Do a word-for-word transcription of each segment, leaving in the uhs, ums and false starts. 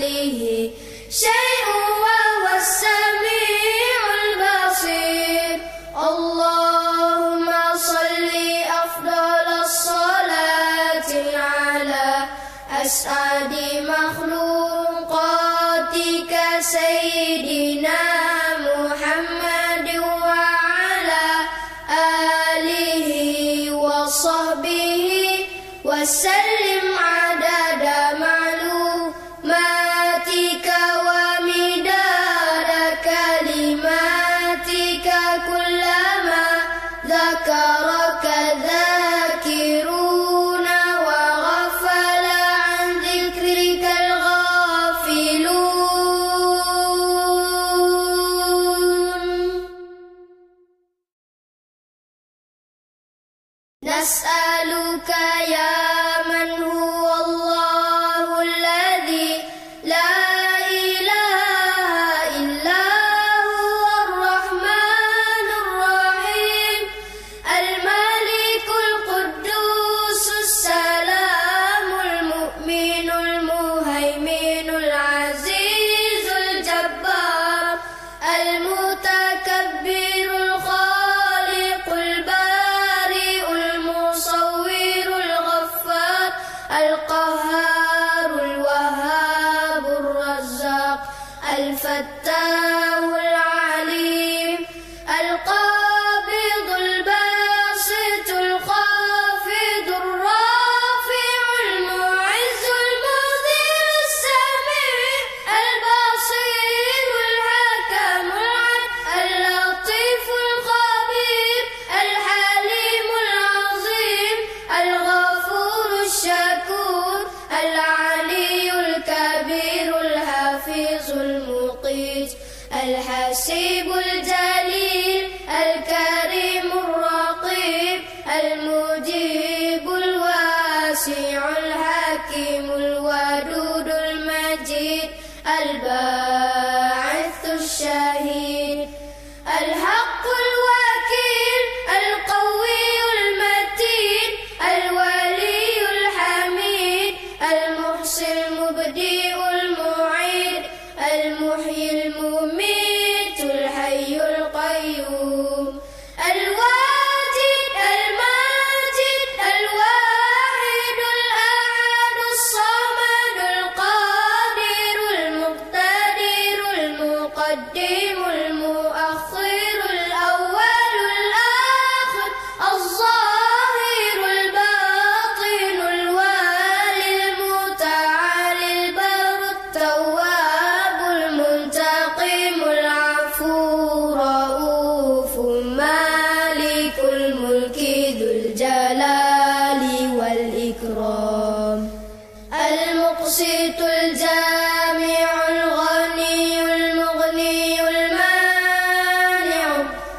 مثله شيء وهو السميع البصير. اللهم صل أفضل الصلاة على أسعد مخلوقاتك سيدنا محمد وعلى آله وصحبه وسلم عدد معلوماتك ومداد كلماتك كلما ذكرك ذاكرون وغفل عن ذكرك الغافلون. نسألك يا من هو الله الذي لا إله إلا هو الرحمن الرحيم الملك القدوس السلام المؤمن المهيمن العزيز الجبار المتكبر الخالق البارئ المصور الغفار القهار الوهاب الرزاق الفتاح العليم القابض الباسط الخافض الرافع المعز المذل السميع البصير الحكم العدل اللطيف الخبير الحليم العظيم الغفور الشكور العلي الكبير الحفيظ المقيت الحسيب الجليل الكريم الرقيب المجيب الواسع الحكيم الودود المجيد الباعث الشهيد الحق الوكيل القوي المتين الولي الحميد المحصي المبدئ المعيد المحيي المميت الحي القيوم الواجد الماجد الواحد الأحد الصمد القادر المقتدر المقدم المؤخر الأول الآخر الظاهر الباطن الوالي المتعالي البر التواب المنتقم العفو رؤوف مالك الملك ذو الجلال والإكرام المقسط الجامع الغني المغني المانع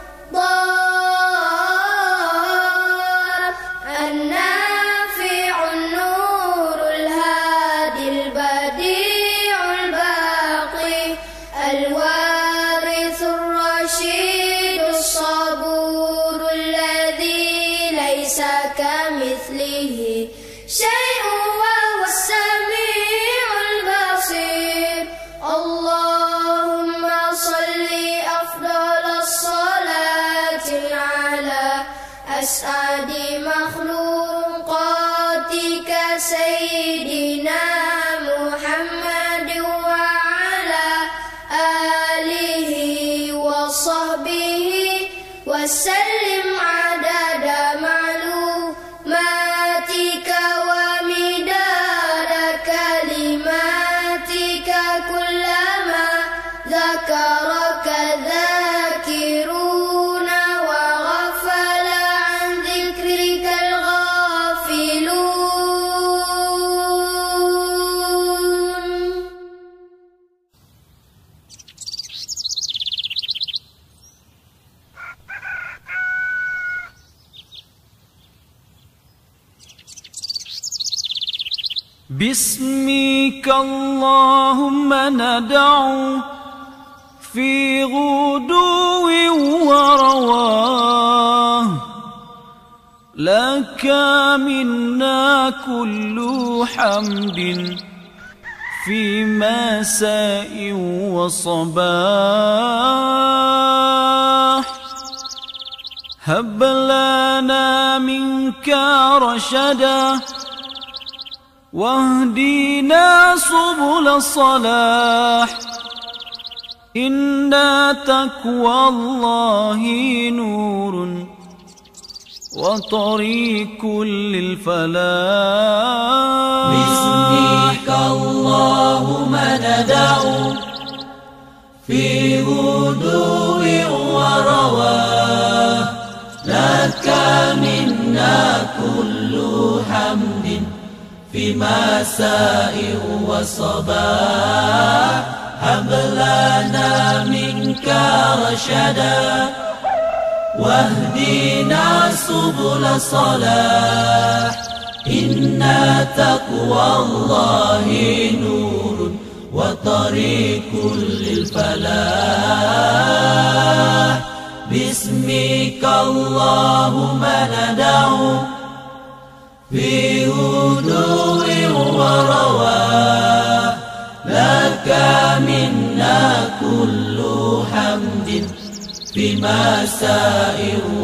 الضار النافع النور الهادي البديع الباقي الوارث الرشيد الصبور الذي ليس كمثله شيء وهو السميع البصير. اللهم صل أفضل الصلاة على أسعد مخلوقاتك سيدنا محمد وعلى آله وصحبه وسلم عدد معلوماتك ومداد كلماتك كلما ذكرك ذاكرون وغفل عن ذكرك الغافلون. باسمك اللهم ندعو في غدو ورواه، لك منا كل حمد في مساء وصباح هب لنا منك رشدا واهدنا سبل الصلاح إن تقوى الله نور وطريق للفلاح باسمك اللهم ندعو في غدو ورواح لك منا كل حمد في مساء وصباح هب لنا منك رشدا واهدنا سبل صلاح إن تقوى الله نور وطريق للفلاح باسمك اللهم ندعو في غدو ورواح لك منا كل حمد في مساء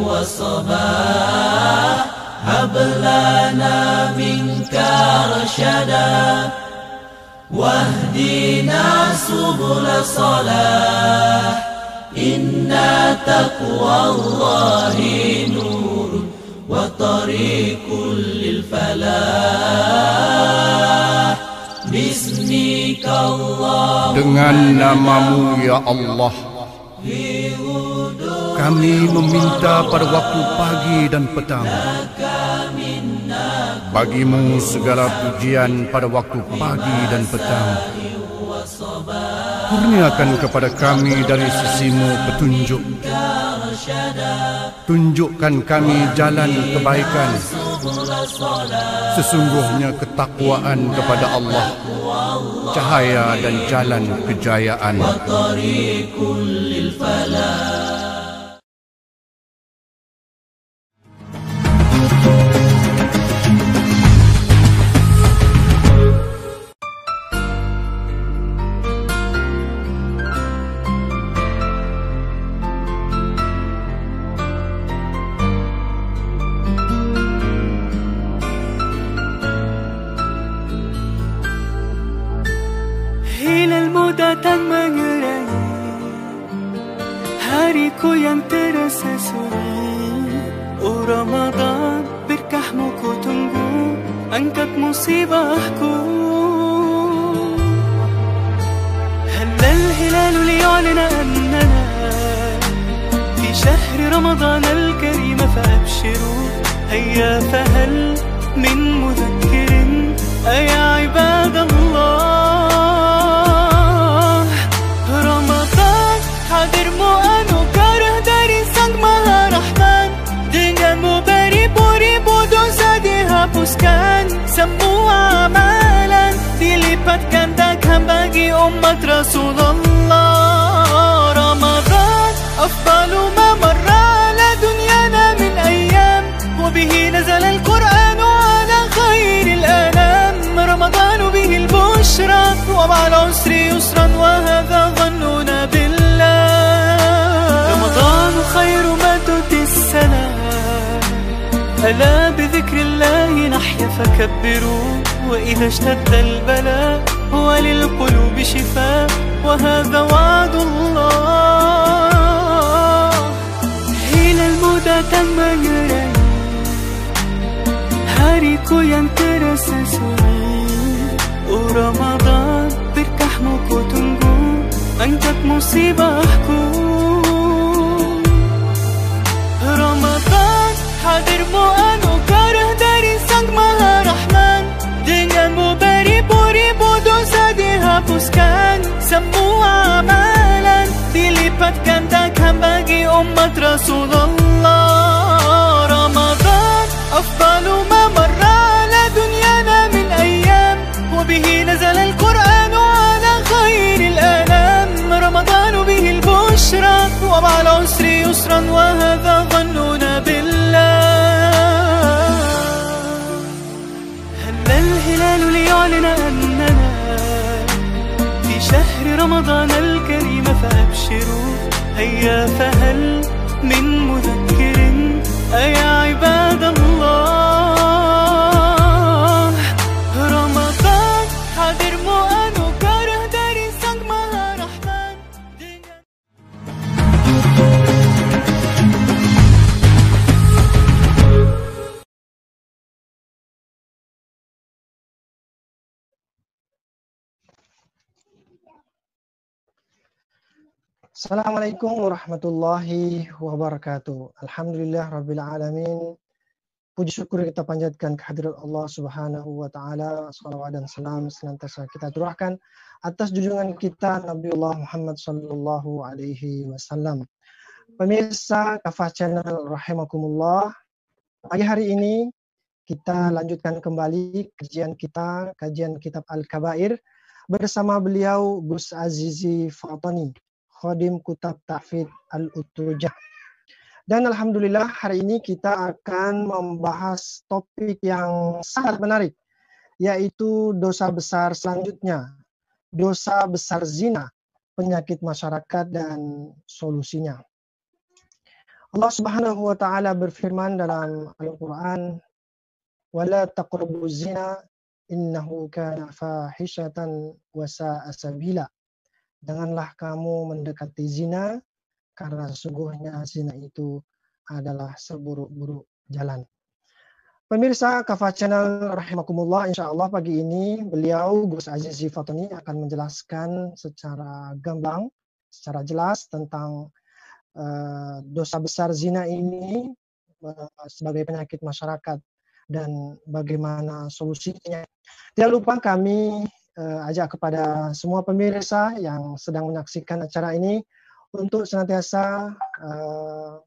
وصباح هب لنا منك رشدا واهدنا سبل صلاح إن تقوى الله نور وطريق للفلاح باسمك الله. Dengan namamu ya Allah, kami meminta pada waktu pagi dan petang. Bagimu segala pujian pada waktu pagi dan petang. Kurniakan kepada kami dari sisimu petunjuk. Tunjukkan kami jalan kebaikan. Sesungguhnya ketakwaan kepada Allah cahaya dan jalan kejayaan. Datang mengerangi hariku yang terasa sunyi. Oh Ramadan, berkahmu ku tunggu, angkat musibahku. هلا الهلال ليعلن أننا في شهر رمضان الكريم فأبشروا هيا فهل من مذكر أيا عباد الله. Hadirmu anugerah dari Sang Maha Rahman, denganmu beribu-ribu dosa dihapuskan, semua amalan dilipat gandakan bagi umat Rasulullah. Ramadan afdalu ma marra ala dunyana min ayyam, wa bihi nazala al-Qur'an ala khairil anam. Ramadan bihi al-bushra wa ma'al usri yusran wa hadha dhannuna billah. خير ما تؤتي السلام ألا بذكر الله نحيا فكبروا وإذا اشتد البلاء هو للقلوب شفاء وهذا وعد الله. Hilal muda tak mengerangi hariku yang terasa sunyi. Oh Ramadan, berkahmu ku tunggu, angkat musibahku. Ramadan, hadirmu anugerah dari Sang Maha Rahman, denganmu beribu-ribu dosa dihapuskan, semua amalan dilipat gandakan bagi umat Rasulullah. Ramadan afdalu ma marra ala dunyana min ayyam, wa bihi nazala al-Qur'an ala khairil anam. Ramadan bihi al-bushra wa ma'al usri yusran wa hadha dhannuna billah. هل الهلال ليعلن أننا فأبشروا هيا فهل من مذكر أيا عباد الله رمضان hadir mu anugerah dari Sang Maha Rahman. Assalamualaikum warahmatullahi wabarakatuh. Alhamdulillah Rabbil Alamin. Puji syukur kita panjatkan kehadirat Allah Subhanahu wa Ta'ala. Salawat dan salam senantiasa kita curahkan atas junjungan kita Nabiullah Muhammad Sallallahu Alaihi Wasallam. Pemirsa Kafah Channel rahimakumullah. Pagi hari ini kita lanjutkan kembali kajian kita, kajian kitab Al-Kabair bersama beliau Gus Azizi Fatani, Khadim Kutab Tahfidz Al-Utrujah. Dan alhamdulillah hari ini kita akan membahas topik yang sangat menarik, yaitu dosa besar selanjutnya, dosa besar zina, penyakit masyarakat dan solusinya. Allah Subhanahu wa Ta'ala berfirman dalam Al-Quran, "Wala taqrabuz zina innahu kana fahishatan wa sa'a sabila." Janganlah kamu mendekati zina, karena sesungguhnya zina itu adalah seburuk-buruk jalan. Pemirsa Kafah Channel rahimakumullah, insya Allah pagi ini beliau Gus Azizi Fatani akan menjelaskan secara gamblang, secara jelas tentang uh, dosa besar zina ini uh, sebagai penyakit masyarakat dan bagaimana solusinya. Tidak lupa kami Uh, ajak kepada semua pemirsa yang sedang menyaksikan acara ini untuk senantiasa uh,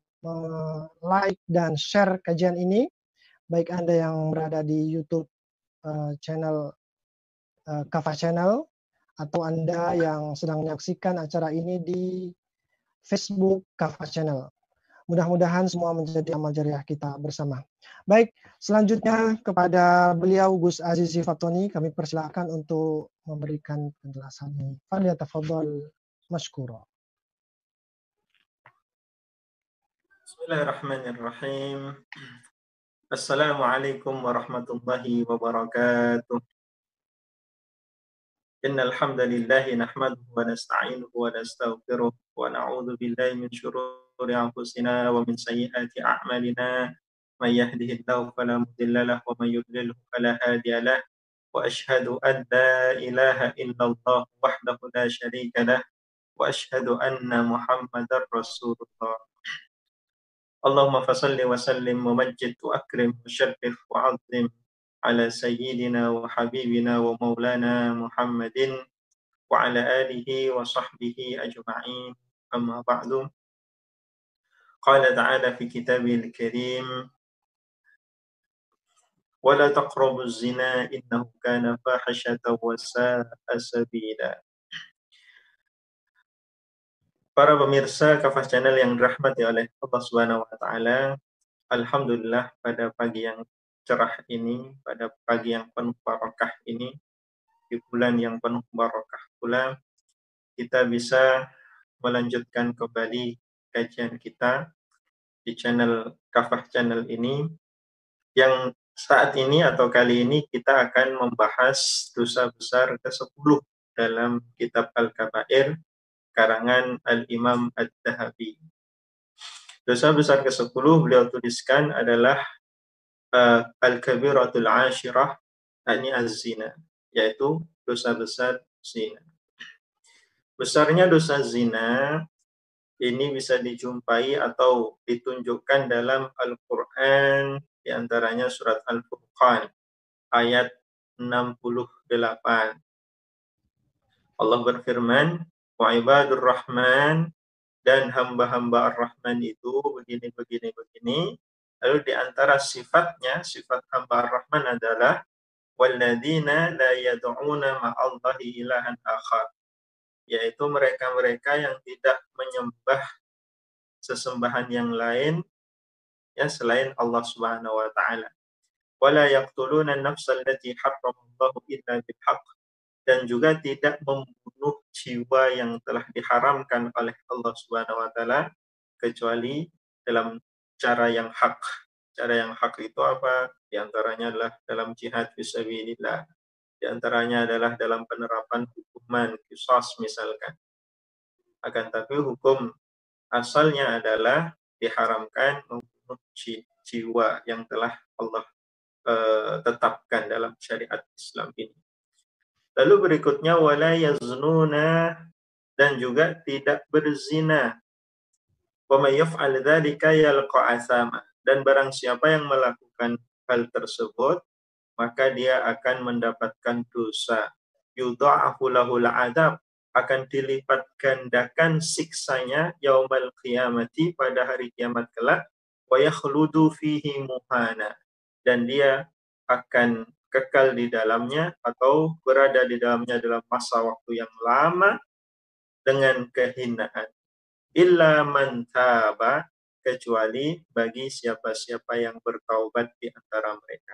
like dan share kajian ini, baik Anda yang berada di YouTube uh, channel uh, Kafah Channel atau Anda yang sedang menyaksikan acara ini di Facebook Kafah Channel. Mudah-mudahan semua menjadi amal jariah kita bersama. Baik, selanjutnya kepada beliau Gus Azizi Fatani kami persilakan untuk memberikan penjelasannya. Falyatafadhal mashkura. Bismillahirrahmanirrahim. Assalamualaikum warahmatullahi wabarakatuh. Innal hamdalillah nahmaduhu wa nasta'inuhu wa nastaghfiruh wa na'udzu billahi min syururi anfusina wa min sayyiati a'malina. May yahdihillahu fala mudilla lahu wa may yudlilhu fala hadiya lahu. Wa asyhadu an la ilaha illallah wahdahu la syarika lahu wa asyhadu anna Muhammadar Rasulullah. Allahumma fasalli wa sallim wa majjid wa akrim wa syarrif wa 'azzim ala sayyidina wa habibina wa maulana Muhammadin wa ala alihi wa sahbihi ajma'in. Amma ba'du. Qala ta'ala fi kitabil karim, wa la taqrabuz zina innahu kana fahishatan wa sa'a sabila. Para pemirsa Kafah Channel yang dirahmati oleh Allah Subhanahu wa Ta'ala, alhamdulillah pada pagi yang cerah ini, pada pagi yang penuh barokah ini, di bulan yang penuh barokah pula, kita bisa melanjutkan kembali kajian kita di channel Kafah Channel ini, yang saat ini atau kali ini kita akan membahas dosa besar kesepuluh dalam kitab Al-Kabair karangan Al-Imam Ad-Dahabi. Dosa besar kesepuluh beliau tuliskan adalah uh, Al-Kabiratul Ashirah, yakni az-zina, yaitu dosa besar zina. Besarnya dosa zina ini bisa dijumpai atau ditunjukkan dalam Al-Quran, diantaranya surat Al-Furqan ayat enam puluh delapan. Allah berfirman, wa ibadur rahman, dan hamba-hamba ar-Rahman itu begini, begini, begini. Lalu di antara sifatnya, sifat hamba ar-Rahman adalah walladzina la yad'una ma'allahi ilahan akhar, yaitu mereka-mereka yang tidak menyembah sesembahan yang lain ya selain Allah Subhanahu wa taala. Wala yaqtuluna an-nafsa allati harramallahu illa bil haqq, dan juga tidak membunuh jiwa yang telah diharamkan oleh Allah Subhanahu wa taala kecuali dalam cara yang hak. Cara yang hak itu apa? Di antaranya adalah dalam jihad fisabilillah. Di antaranya adalah dalam penerapan hukuman qisas misalkan. Akan tapi hukum asalnya adalah diharamkan membunuh jiwa yang telah Allah uh, tetapkan dalam syariat Islam ini. Lalu berikutnya wala yaznuna, dan juga tidak berzina. Wa may yaf'al dzalika yalqa asama, dan barang siapa yang melakukan hal tersebut maka dia akan mendapatkan dosa. Yudha'afu lahul 'adzab, akan dilipat gandakan siksanya yaumal qiyamati, pada hari kiamat kelak, wa yakhludu fihi muhana, dan dia akan kekal di dalamnya atau berada di dalamnya dalam masa waktu yang lama dengan kehinaan. Illa man taba, kecuali bagi siapa-siapa yang bertaubat di antara mereka.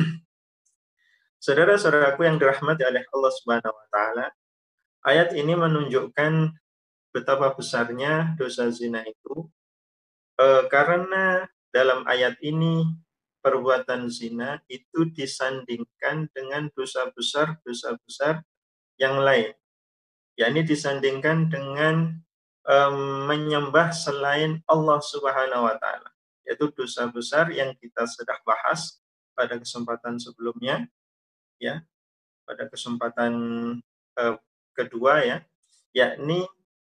Saudara-saudaraku yang dirahmati oleh Allah Subhanahu wa taala, ayat ini menunjukkan betapa besarnya dosa zina itu, e, karena dalam ayat ini perbuatan zina itu disandingkan dengan dosa besar, dosa besar yang lain. Yakni disandingkan dengan um, menyembah selain Allah Subhanahu wa taala. Yaitu dosa besar yang kita sudah bahas pada kesempatan sebelumnya, ya. Pada kesempatan uh, kedua, ya, yakni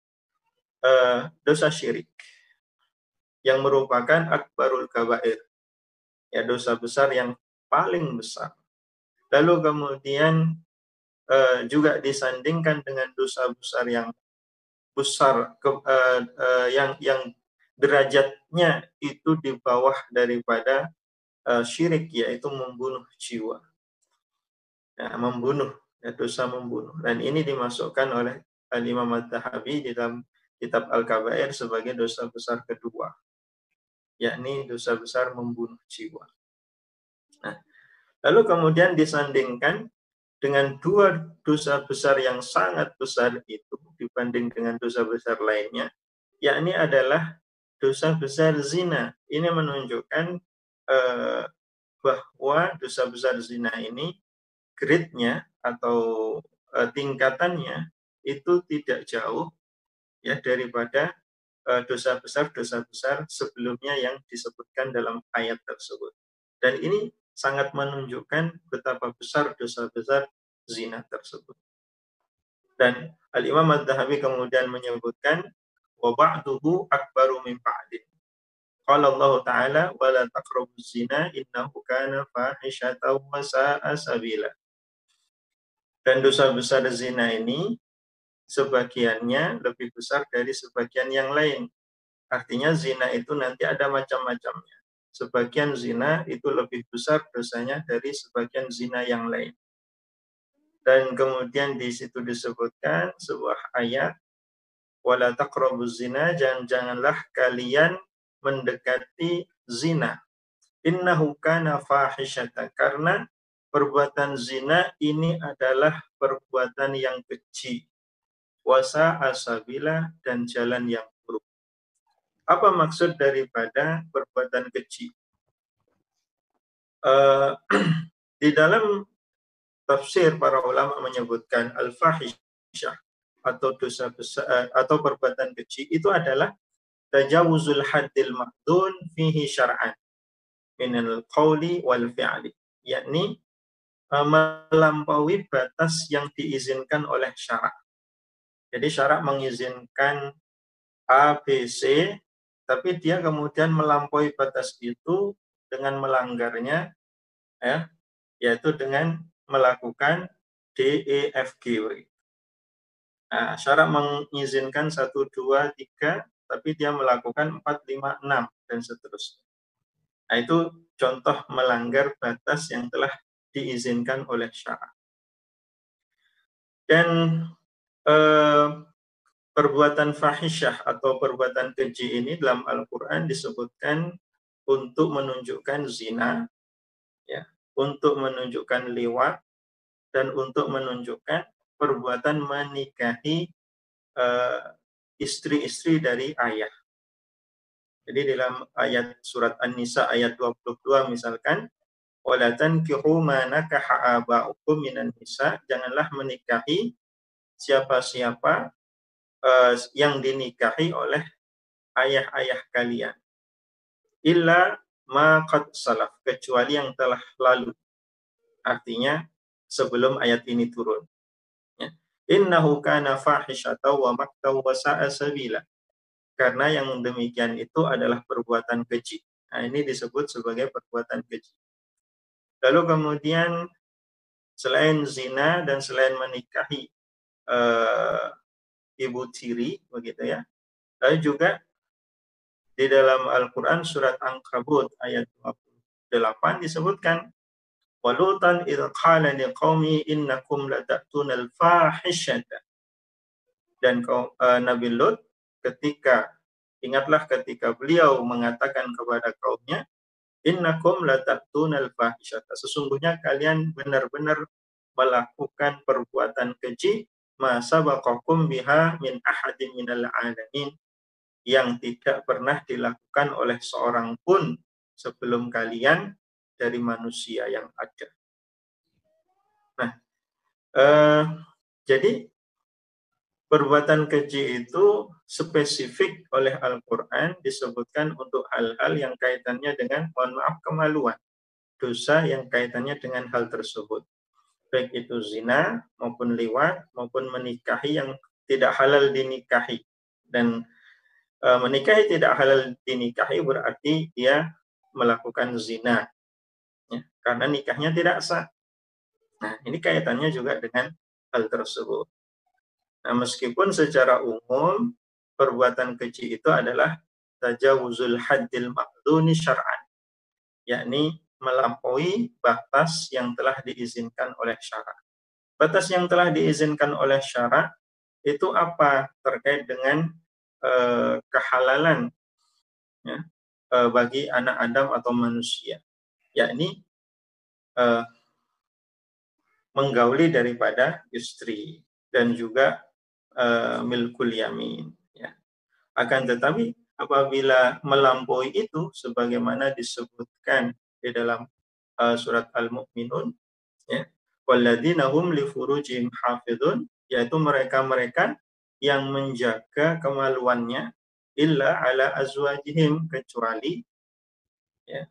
uh, dosa syirik yang merupakan akbarul kabair. Ya, dosa besar yang paling besar. Lalu kemudian uh, juga disandingkan dengan dosa besar yang besar, ke, uh, uh, yang yang derajatnya itu di bawah daripada uh, syirik, yaitu membunuh jiwa. Ya, membunuh, ya, dosa membunuh. Dan ini dimasukkan oleh Al-Imam Adz-Dzahabi di dalam kitab Al-Kabair sebagai dosa besar kedua, yakni dosa besar membunuh jiwa. Nah, lalu kemudian disandingkan dengan dua dosa besar yang sangat besar itu dibanding dengan dosa besar lainnya, yakni adalah dosa besar zina. Ini menunjukkan eh, bahwa dosa besar zina ini grade-nya atau eh, tingkatannya itu tidak jauh, ya, daripada dosa besar-dosa besar sebelumnya yang disebutkan dalam ayat tersebut. Dan ini sangat menunjukkan betapa besar dosa besar zina tersebut. Dan Al-Imam Adz-Dzahabi kemudian menyebutkan wa ba'duhu akbaru min ba'din. Qala Allah Ta'ala wa la taqrabuz zina innahu kana fahishatan wa sa'a sabila. Dan dosa besar zina ini sebagiannya lebih besar dari sebagian yang lain. Artinya zina itu nanti ada macam-macamnya. Sebagian zina itu lebih besar dosanya dari sebagian zina yang lain. Dan kemudian di situ disebutkan sebuah ayat, wala taqrabuz zina, jangan janganlah kalian mendekati zina. Innahu kana fahisyatan, karena perbuatan zina ini adalah perbuatan yang keji. Wasa asabila, dan jalan yang buruk. Apa maksud daripada perbuatan keji? Uh, di dalam tafsir para ulama menyebutkan al-fahisyah atau dosa besar atau perbuatan keji itu adalah tajawuzul haddil ma'dun fihi syar'an minal qawli wal fi'li, yakni uh, melampaui batas yang diizinkan oleh syarak. Jadi syarak mengizinkan A, B, C, tapi dia kemudian melampaui batas itu dengan melanggarnya, ya, yaitu dengan melakukan D, E, F, G. Nah, syarak mengizinkan satu, dua, tiga, tapi dia melakukan empat, lima, enam, dan seterusnya. Nah, itu contoh melanggar batas yang telah diizinkan oleh syarak. Dan Eh, perbuatan fahisyah atau perbuatan keji ini dalam Al-Quran disebutkan untuk menunjukkan zina, ya, untuk menunjukkan liwat, dan untuk menunjukkan perbuatan menikahi istri-istri uh, dari ayah. Jadi dalam ayat surat An-Nisa ayat dua puluh dua misalkan, wala tankihu ma nakaha aba'ukum minan nisa, janganlah menikahi siapa-siapa uh, yang dinikahi oleh ayah-ayah kalian. Illa ma qad salaf, kecuali yang telah lalu. Artinya sebelum ayat ini turun. Ya. Innahu kana fahishatan wa maqtan wa sa'a sabila. Karena yang demikian itu adalah perbuatan keji. Nah, ini disebut sebagai perbuatan keji. Lalu kemudian selain zina dan selain menikahi uh, ibu tiri, begitu ya. Lalu juga di dalam Al-Quran surat Ankabut ayat dua puluh delapan disebutkan, walutan idh qala liqaumi innakum lata'tunal fahishata. Dan kaum, uh, Nabi Lut ketika, ingatlah ketika beliau mengatakan kepada kaumnya, innakum lata'tunal fahishata, sesungguhnya kalian benar-benar melakukan perbuatan keji, ma sabaqakum biha min ahadin minal alamin, yang tidak pernah dilakukan oleh seorang pun sebelum kalian dari manusia yang ada. Nah, eh, jadi perbuatan keji itu spesifik oleh Al-Quran disebutkan untuk hal-hal yang kaitannya dengan, mohon maaf, kemaluan. Dosa yang kaitannya dengan hal tersebut. Baik itu zina, maupun liwat, maupun menikahi yang tidak halal dinikahi. Dan e, menikahi tidak halal dinikahi berarti dia melakukan zina. Ya, karena nikahnya tidak sah. Nah, ini kaitannya juga dengan hal tersebut. Nah, meskipun secara umum perbuatan keji itu adalah tajawuzul haddil ma'dhuni syar'an, yakni melampaui batas yang telah diizinkan oleh syarak. Batas yang telah diizinkan oleh syarak itu apa? Terkait dengan eh, kehalalan ya, eh, bagi anak Adam atau manusia, yakni eh, menggauli daripada istri dan juga uh, milkul yamin. Ya. Akan tetapi apabila melampaui itu, sebagaimana disebutkan di dalam uh, surat Al-Mu'minun, ya, walladzina hum li furujihim hafidhun, yaitu mereka-mereka yang menjaga kemaluannya, illa ala azwajihim, kecuali ya,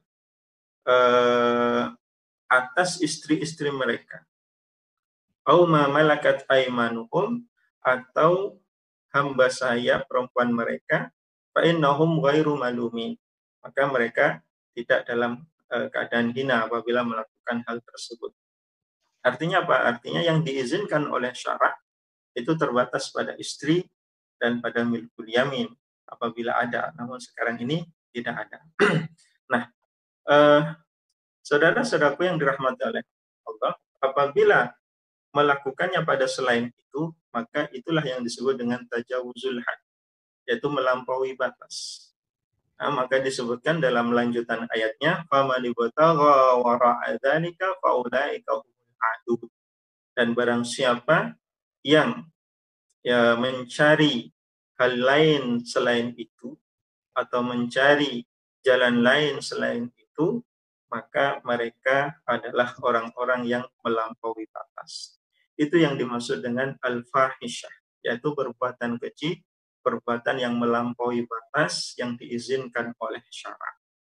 uh, atas istri-istri mereka. Au ma malakat aymanuhum, atau hamba saya perempuan mereka, fa innahum ghairu malumin, maka mereka tidak dalam uh, keadaan hina apabila melakukan hal tersebut. Artinya apa? Artinya yang diizinkan oleh syarak itu terbatas pada istri dan pada milkul yamin apabila ada, namun sekarang ini tidak ada. Nah, uh, saudara-saudaraku yang dirahmati oleh Allah, apabila melakukannya pada selain itu, maka itulah yang disebut dengan tajawuzul had, yaitu melampaui batas. Nah, maka disebutkan dalam lanjutan ayatnya, faman ibtagha wara'a dzalika faulaika humul adun. Dan barang siapa yang ya mencari hal lain selain itu atau mencari jalan lain selain itu, maka mereka adalah orang-orang yang melampaui batas. Itu yang dimaksud dengan al-fahishah, yaitu perbuatan keji, perbuatan yang melampaui batas yang diizinkan oleh syarak.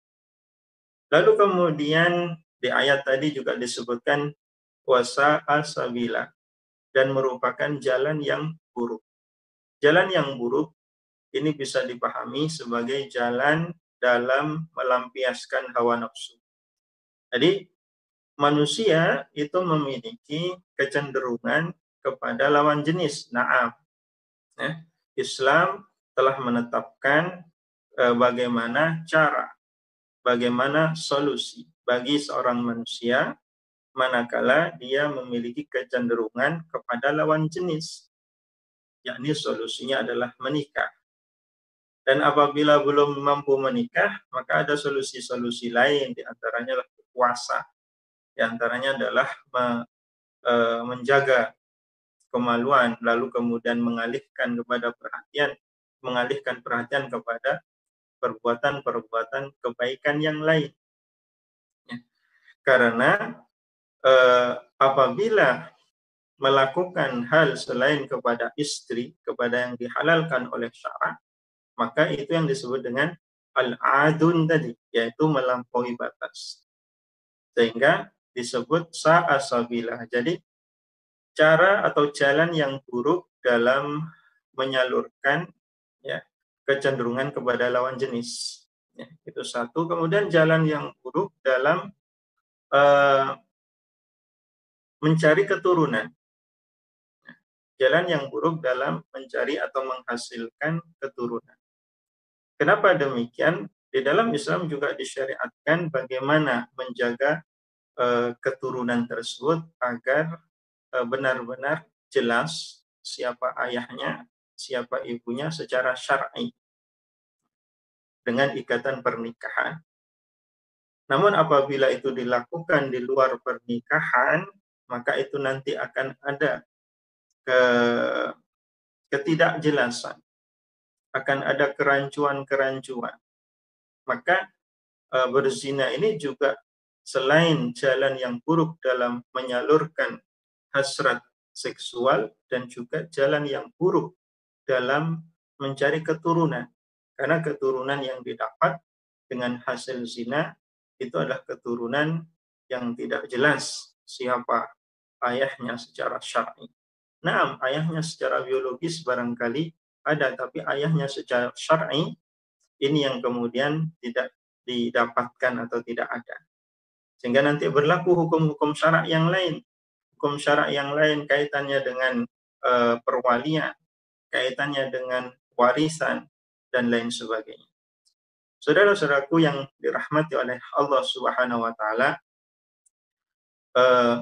Lalu kemudian di ayat tadi juga disebutkan wasa'a sabila, dan merupakan jalan yang buruk. Jalan yang buruk ini bisa dipahami sebagai jalan dalam melampiaskan hawa nafsu. Jadi manusia itu memiliki kecenderungan kepada lawan jenis, na'am. Ya, Islam telah menetapkan eh, bagaimana cara, bagaimana solusi bagi seorang manusia manakala dia memiliki kecenderungan kepada lawan jenis, yakni solusinya adalah menikah. Dan apabila belum mampu menikah, maka ada solusi-solusi lain, diantaranya adalah puasa. Di antaranya adalah me, e, menjaga kemaluan, lalu kemudian mengalihkan kepada perhatian, mengalihkan perhatian kepada perbuatan-perbuatan kebaikan yang lain. Ya. Karena eh, apabila melakukan hal selain kepada istri, kepada yang dihalalkan oleh syara, maka itu yang disebut dengan al-adun tadi, yaitu melampaui batas. Sehingga disebut sa'asabilah. Jadi cara atau jalan yang buruk dalam menyalurkan ya, kecenderungan kepada lawan jenis. Ya, itu satu. Kemudian jalan yang buruk dalam uh, mencari keturunan. Jalan yang buruk dalam mencari atau menghasilkan keturunan. Kenapa demikian? Di dalam Islam juga disyariatkan bagaimana menjaga uh, keturunan tersebut agar uh, benar-benar jelas siapa ayahnya, siapa ibunya secara syar'i dengan ikatan pernikahan. Namun apabila itu dilakukan di luar pernikahan, maka itu nanti akan ada ke ketidakjelasan, akan ada kerancuan-kerancuan. Maka e, berzina ini juga selain jalan yang buruk dalam menyalurkan hasrat seksual, dan juga jalan yang buruk dalam mencari keturunan. Karena keturunan yang didapat dengan hasil zina itu adalah keturunan yang tidak jelas siapa ayahnya secara syar'i. Nah, ayahnya secara biologis barangkali ada, tapi ayahnya secara syar'i ini yang kemudian tidak didapatkan atau tidak ada. Sehingga nanti berlaku hukum-hukum syarak yang lain. Hukum syarak yang lain kaitannya dengan e, perwalian, kaitannya dengan warisan, dan lain sebagainya. Saudara-saudaraku yang dirahmati oleh Allah Subhanahu wa taala, e,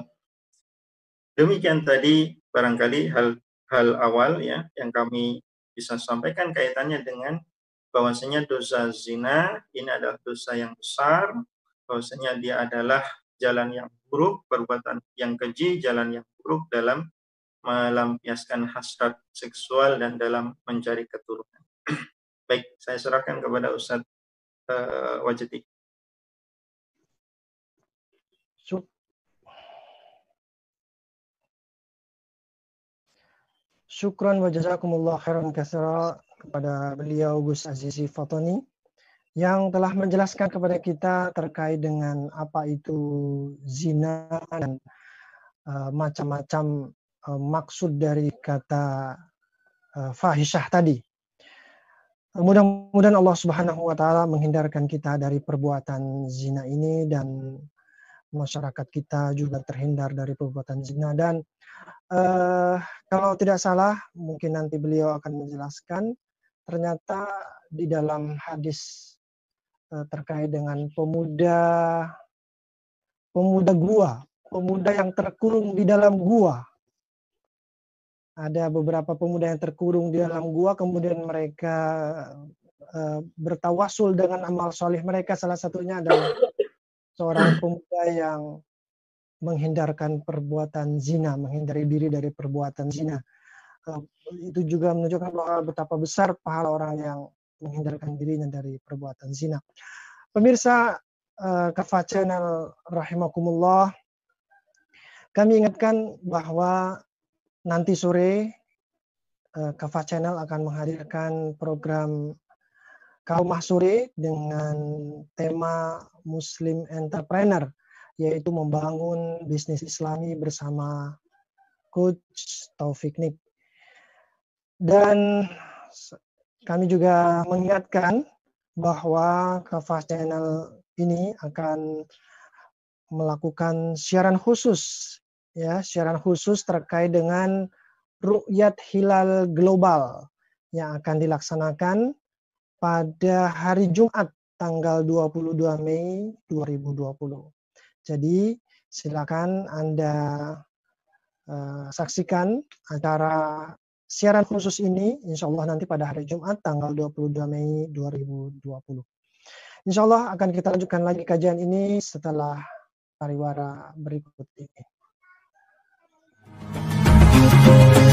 demikian tadi barangkali hal-hal awal ya yang kami bisa sampaikan kaitannya dengan bahwasanya dosa zina ini adalah dosa yang besar, bahwasanya dia adalah jalan yang buruk, perbuatan yang keji, jalan yang buruk dalam melampiaskan hasrat seksual dan dalam mencari keturunan. Baik, saya serahkan kepada Ustadz uh, Wajdi. Syukran wa jazakumullah khairan katsira kepada beliau Gus Azizi Fatoni yang telah menjelaskan kepada kita terkait dengan apa itu zina dan uh, macam-macam uh, maksud dari kata uh, fahisyah tadi. Mudah-mudahan Allah Subhanahu wa taala menghindarkan kita dari perbuatan zina ini dan masyarakat kita juga terhindar dari perbuatan zina. Dan uh, kalau tidak salah mungkin nanti beliau akan menjelaskan, ternyata di dalam hadis uh, terkait dengan pemuda pemuda gua, pemuda yang terkurung di dalam gua. Ada beberapa pemuda yang terkurung di dalam gua, kemudian mereka uh, bertawasul dengan amal soleh mereka. Salah satunya adalah seorang pemuda yang menghindarkan perbuatan zina, menghindari diri dari perbuatan zina. Uh, itu juga menunjukkan bahwa betapa besar pahala orang yang menghindarkan dirinya dari perbuatan zina. Pemirsa uh, Kafah Channel rahimakumullah, kami ingatkan bahwa nanti sore uh, Kafah Channel akan menghadirkan program Kaum Mahsuri dengan tema Muslim Entrepreneur, yaitu membangun bisnis Islami bersama Coach Taufik Nik. Dan kami juga mengingatkan bahwa Kafah Channel ini akan melakukan siaran khusus, ya, siaran khusus terkait dengan Ru'yat Hilal Global yang akan dilaksanakan pada hari Jumat tanggal dua puluh dua Mei dua ribu dua puluh. Jadi silakan Anda uh, saksikan acara siaran khusus ini insya Allah nanti pada hari Jumat tanggal dua puluh dua Mei dua ribu dua puluh. Insya Allah akan kita lanjutkan lagi kajian ini setelah pariwara berikut ini.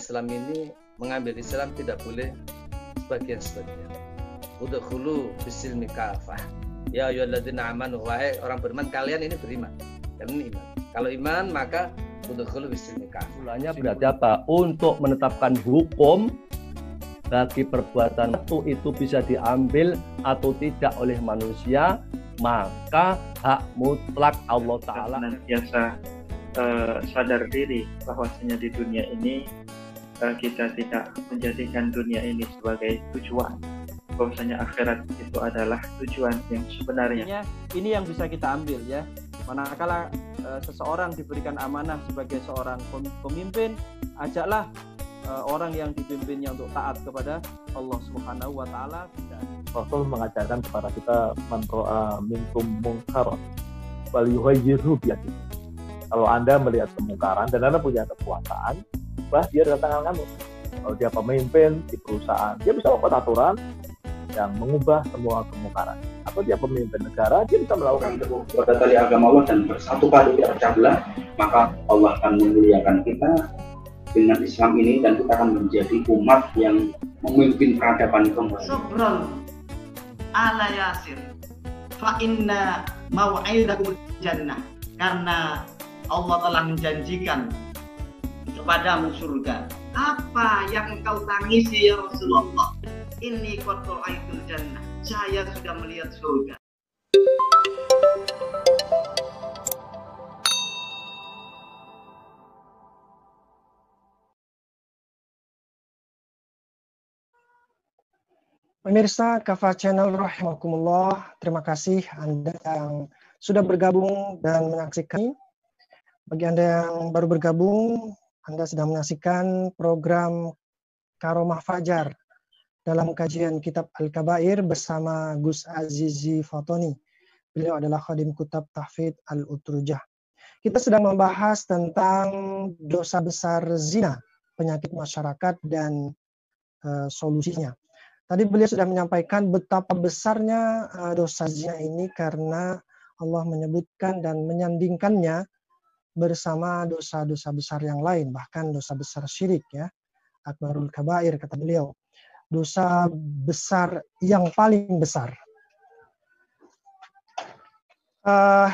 Islam ini mengambil Islam tidak boleh sebagian-sebagian. Udkhulu bisilmi kafah. Ya ayyuhalladzina amanu, wahai orang beriman, kalian ini beriman. Kalian ini iman. Kalau iman maka udkhulu bisilmi kafah. Mulanya berarti apa? Untuk menetapkan hukum bagi perbuatan itu itu bisa diambil atau tidak oleh manusia, maka hak mutlak Allah Ta'ala. Senantiasa uh, sadar diri bahwasanya di dunia ini uh, kita tidak menjadikan dunia ini sebagai tujuan, bahwasanya akhirat itu adalah tujuan yang sebenarnya. Ini yang bisa kita ambil ya, manakala uh, seseorang diberikan amanah sebagai seorang pemimpin, ajaklah uh, orang yang dipimpinnya untuk taat kepada Allah Subhanahu wa Ta'ala. Rasul mengajarkan kepada kita man ra'a minkum munkaran falyughayyirhu biyadihi. Kalau Anda melihat kemungkaran dan Anda punya kekuasaan, bah dia dengan tangan kamu. Kalau dia pemimpin di perusahaan, dia bisa membuat aturan yang mengubah semua kemungkaran. Atau dia pemimpin negara, dia bisa melakukan kepada tali agama Allah dan bersatu padu tidak pecah belah, maka Allah akan memuliakan kita dengan Islam ini dan kita akan menjadi umat yang memimpin peradaban kembali. Sabran ala yasir fa inna mau'idakum jannah, karena Allah telah menjanjikan kepadamu surga. Apa yang engkau tangisi ya Rasulullah? Inni qad ra'aitul jannah, saya sudah melihat surga. Pemirsa Kafah Channel rahimakumullah, terima kasih Anda yang sudah bergabung dan menyaksikan. Bagi Anda yang baru bergabung, Anda sedang menyaksikan program Karomah Fajar dalam kajian kitab Al-Kabair bersama Gus Azizi Fatoni. Beliau adalah Khadim Kutab Tahfidz Al-Utrujah. Kita sedang membahas tentang dosa besar zina, penyakit masyarakat dan uh, solusinya. Tadi beliau sudah menyampaikan betapa besarnya uh, dosa zina ini karena Allah menyebutkan dan menyandingkannya bersama dosa-dosa besar yang lain, bahkan dosa besar syirik ya. Akbarul kabair kata beliau. Dosa besar yang paling besar. Uh,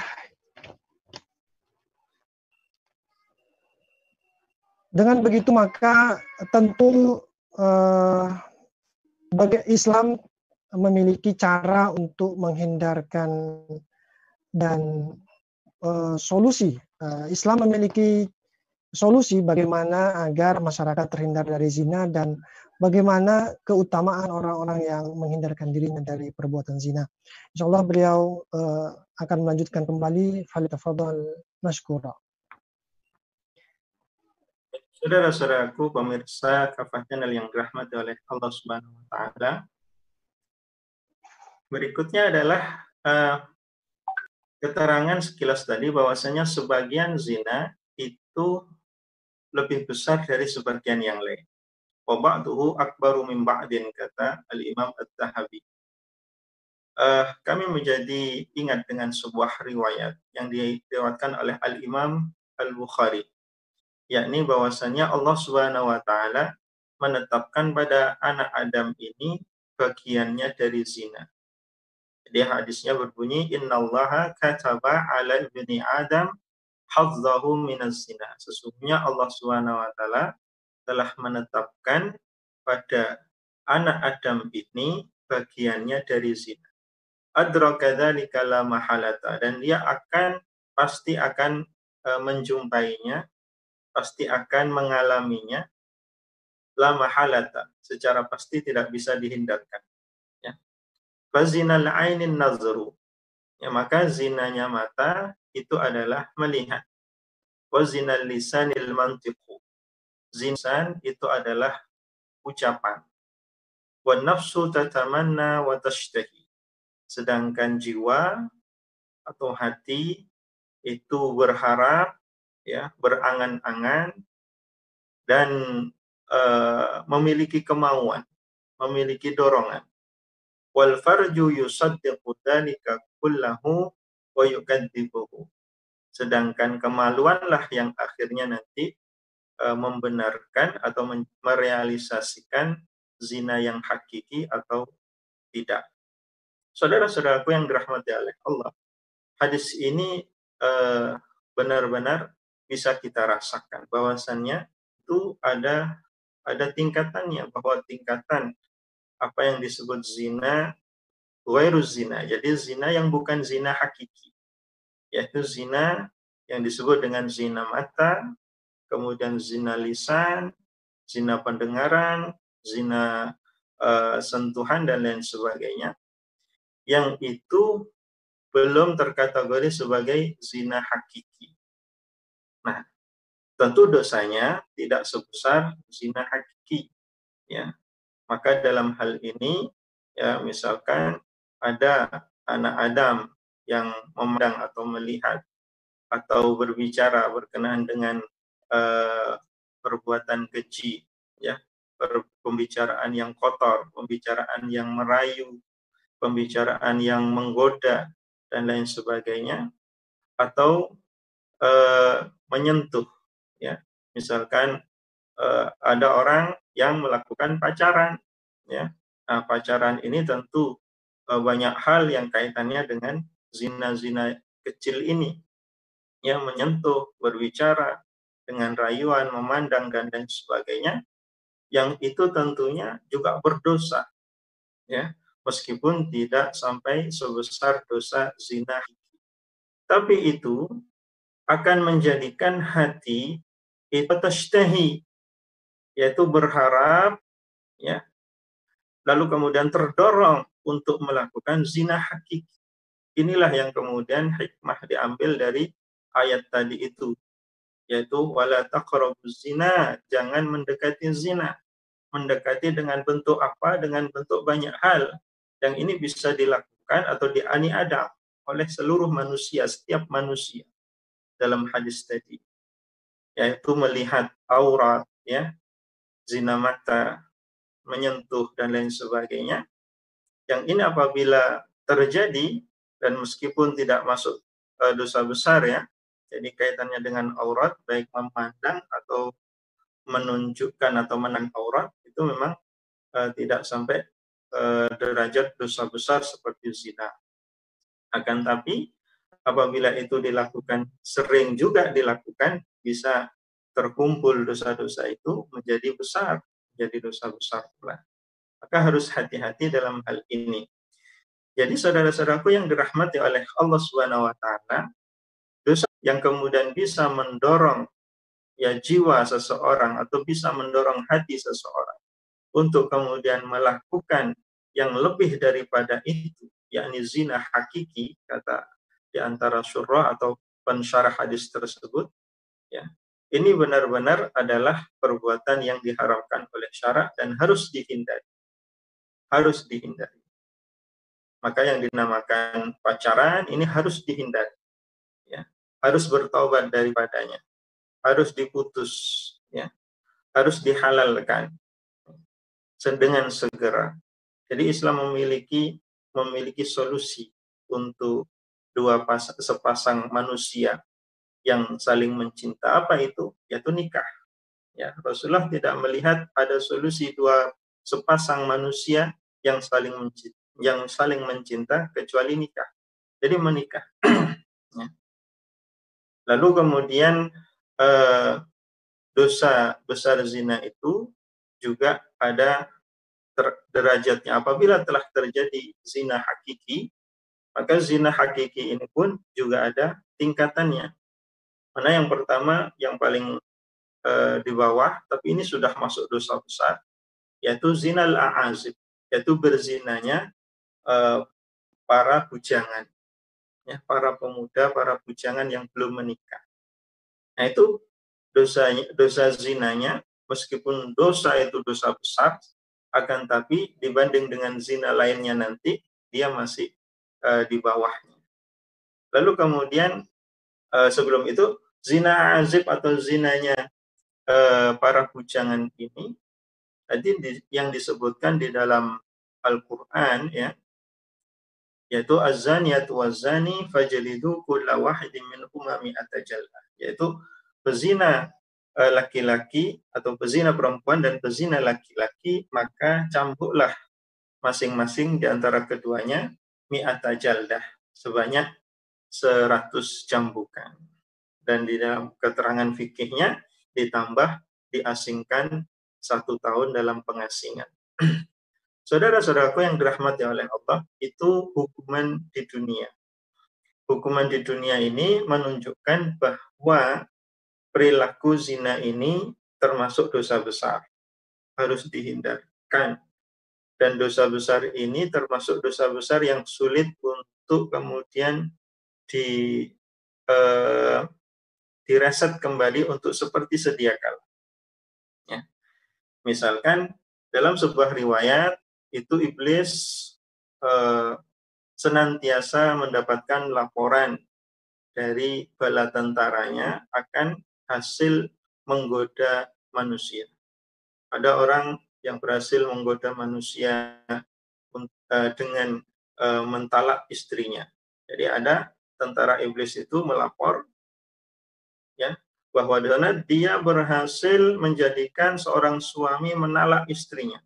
dengan begitu maka tentu uh, bagi Islam memiliki cara untuk menghindarkan dan uh, solusi. Uh, Islam memiliki solusi bagaimana agar masyarakat terhindar dari zina dan bagaimana keutamaan orang-orang yang menghindarkan dirinya dari perbuatan zina. Insya Allah beliau uh, akan melanjutkan kembali. Falyatafadhal mashkura. Saudara-saudaraku pemirsa Kafah Channel yang dirahmati oleh Allah Subhanahu wa Ta'ala, berikutnya adalah uh, keterangan sekilas tadi bahwasanya sebagian zina itu lebih besar dari sebagian yang lain. Wa ba'duhu akbaru min ba'din, kata Al-Imam At-Tahawi. Uh, kami menjadi ingat dengan sebuah riwayat yang diriwayatkan oleh Al-Imam Al-Bukhari, yakni bahwasanya Allah Subhanahu wa Ta'ala menetapkan pada anak Adam ini bagiannya dari zina. Jadi hadisnya berbunyi, innallaha kataba 'ala ibni Adam hazzahu minaz zina. Sesungguhnya Allah Subhanahu wa Ta'ala telah menetapkan pada anak Adam ini bagiannya dari zina. Adraka dzalika la mahalata, dan dia akan pasti akan uh, menjumpainya, pasti akan mengalaminya, la mahalata, secara pasti tidak bisa dihindarkan. Ya. Fazinal ainin nazru, ya, maka zinanya mata itu adalah melihat. Wazinal lisanil mantiqu, zinsan itu adalah ucapan. Wa nafsu tatamanna wa tashtahi, sedangkan jiwa atau hati itu berharap, ya, berangan-angan dan uh, memiliki kemauan, memiliki dorongan. Wal farju yusaddiqu dzalika kullahu wa yukadzibuhu, sedangkan kemaluanlah yang akhirnya nanti uh, membenarkan atau merealisasikan zina yang hakiki atau tidak. Saudara-saudaraku yang dirahmati oleh Allah, hadis ini uh, benar-benar bisa kita rasakan bahwasannya itu ada ada tingkatannya, bahwa tingkatan apa yang disebut zina, ghairuz zina, jadi zina yang bukan zina hakiki, yaitu zina yang disebut dengan zina mata, kemudian zina lisan, zina pendengaran, zina uh, sentuhan dan lain sebagainya, yang itu belum terkategori sebagai zina hakiki. Nah, tentu dosanya tidak sebesar zina hakiki, ya. Maka dalam hal ini, ya, misalkan ada anak Adam yang memandang atau melihat atau berbicara berkenaan dengan uh, perbuatan keji, ya, pembicaraan yang kotor, pembicaraan yang merayu, pembicaraan yang menggoda dan lain sebagainya, atau uh, menyentuh, ya, misalkan uh, ada orang yang melakukan pacaran, ya. Nah, pacaran ini tentu uh, banyak hal yang kaitannya dengan zina-zina kecil ini, yang menyentuh, berbicara dengan rayuan, memandang dan lain sebagainya, yang itu tentunya juga berdosa, ya, meskipun tidak sampai sebesar dosa zina. Tapi itu akan menjadikan hati itu tashtahi, yaitu berharap, ya, lalu kemudian terdorong untuk melakukan zina hakiki. Inilah yang kemudian hikmah diambil dari ayat tadi itu, yaitu wala taqrabuz zina, jangan mendekati zina. Mendekati dengan bentuk apa? Dengan bentuk banyak hal. Yang ini bisa dilakukan atau diani-ada oleh seluruh manusia, setiap manusia dalam hadis tadi, yaitu melihat aurat, ya, zina mata, menyentuh dan lain sebagainya. Yang ini apabila terjadi dan meskipun tidak masuk uh, dosa besar, ya, jadi kaitannya dengan aurat, baik memandang atau menunjukkan atau menang aurat, itu memang uh, tidak sampai uh, derajat dosa besar seperti zina. Akan tapi apabila itu dilakukan, sering juga dilakukan, bisa terkumpul dosa-dosa itu menjadi besar, menjadi dosa besar pula. Maka harus hati-hati dalam hal ini. Jadi saudara-saudaraku yang dirahmati oleh Allah Subhanahu wa taala, dosa yang kemudian bisa mendorong, ya, jiwa seseorang atau bisa mendorong hati seseorang untuk kemudian melakukan yang lebih daripada itu, yakni zina hakiki, kata di antara syurah atau pensyarah hadis tersebut, ya, ini benar-benar adalah perbuatan yang diharamkan oleh syarak dan harus dihindari, harus dihindari. Maka yang dinamakan pacaran ini harus dihindari, ya, harus bertaubat daripadanya, harus diputus, ya, harus dihalalkan dengan segera. Jadi Islam memiliki memiliki solusi untuk dua pas, sepasang manusia yang saling mencinta. Apa itu? Yaitu nikah. Ya, Rasulullah tidak melihat ada solusi dua sepasang manusia yang saling mencinta, yang saling mencinta kecuali nikah. Jadi menikah. Ya. Lalu kemudian eh, dosa besar zina itu juga ada derajatnya. Apabila telah terjadi zina hakiki, maka zina hakiki ini pun juga ada tingkatannya. Mana yang pertama, yang paling uh, di bawah, tapi ini sudah masuk dosa besar, yaitu zinal a'azib, yaitu berzinanya uh, para bujangan, ya, para pemuda, para bujangan yang belum menikah. Nah, itu dosanya, dosa zinanya, meskipun dosa itu dosa besar, akan tapi dibanding dengan zina lainnya nanti, dia masih uh, di bawahnya. Lalu kemudian uh, sebelum itu, zina azib atau zinanya uh, para bujangan ini, tadi di, yang disebutkan di dalam Al-Quran, ya, yaitu az-zaniyatu waz-zani fajlidu kulla wahidin minhuma mi'ata jaldah, yaitu pezina laki-laki atau pezina perempuan dan pezina laki-laki, maka cambuklah masing-masing di antara keduanya mi'ata jaldah, sebanyak seratus cambukan. Dan di dalam keterangan fikihnya ditambah diasingkan satu tahun dalam pengasingan. Saudara-saudaraku yang dirahmati oleh Allah, itu hukuman di dunia. Hukuman di dunia ini menunjukkan bahwa perilaku zina ini termasuk dosa besar, harus dihindarkan. Dan dosa besar ini termasuk dosa besar yang sulit untuk kemudian di eh, direset kembali untuk seperti sedia kala. Ya. Misalkan dalam sebuah riwayat itu iblis eh, senantiasa mendapatkan laporan dari bala tentaranya akan hasil menggoda manusia. Ada orang yang berhasil menggoda manusia uh, dengan uh, mentalak istrinya. Jadi ada tentara iblis itu melapor, ya, bahwa dia berhasil menjadikan seorang suami menalak istrinya.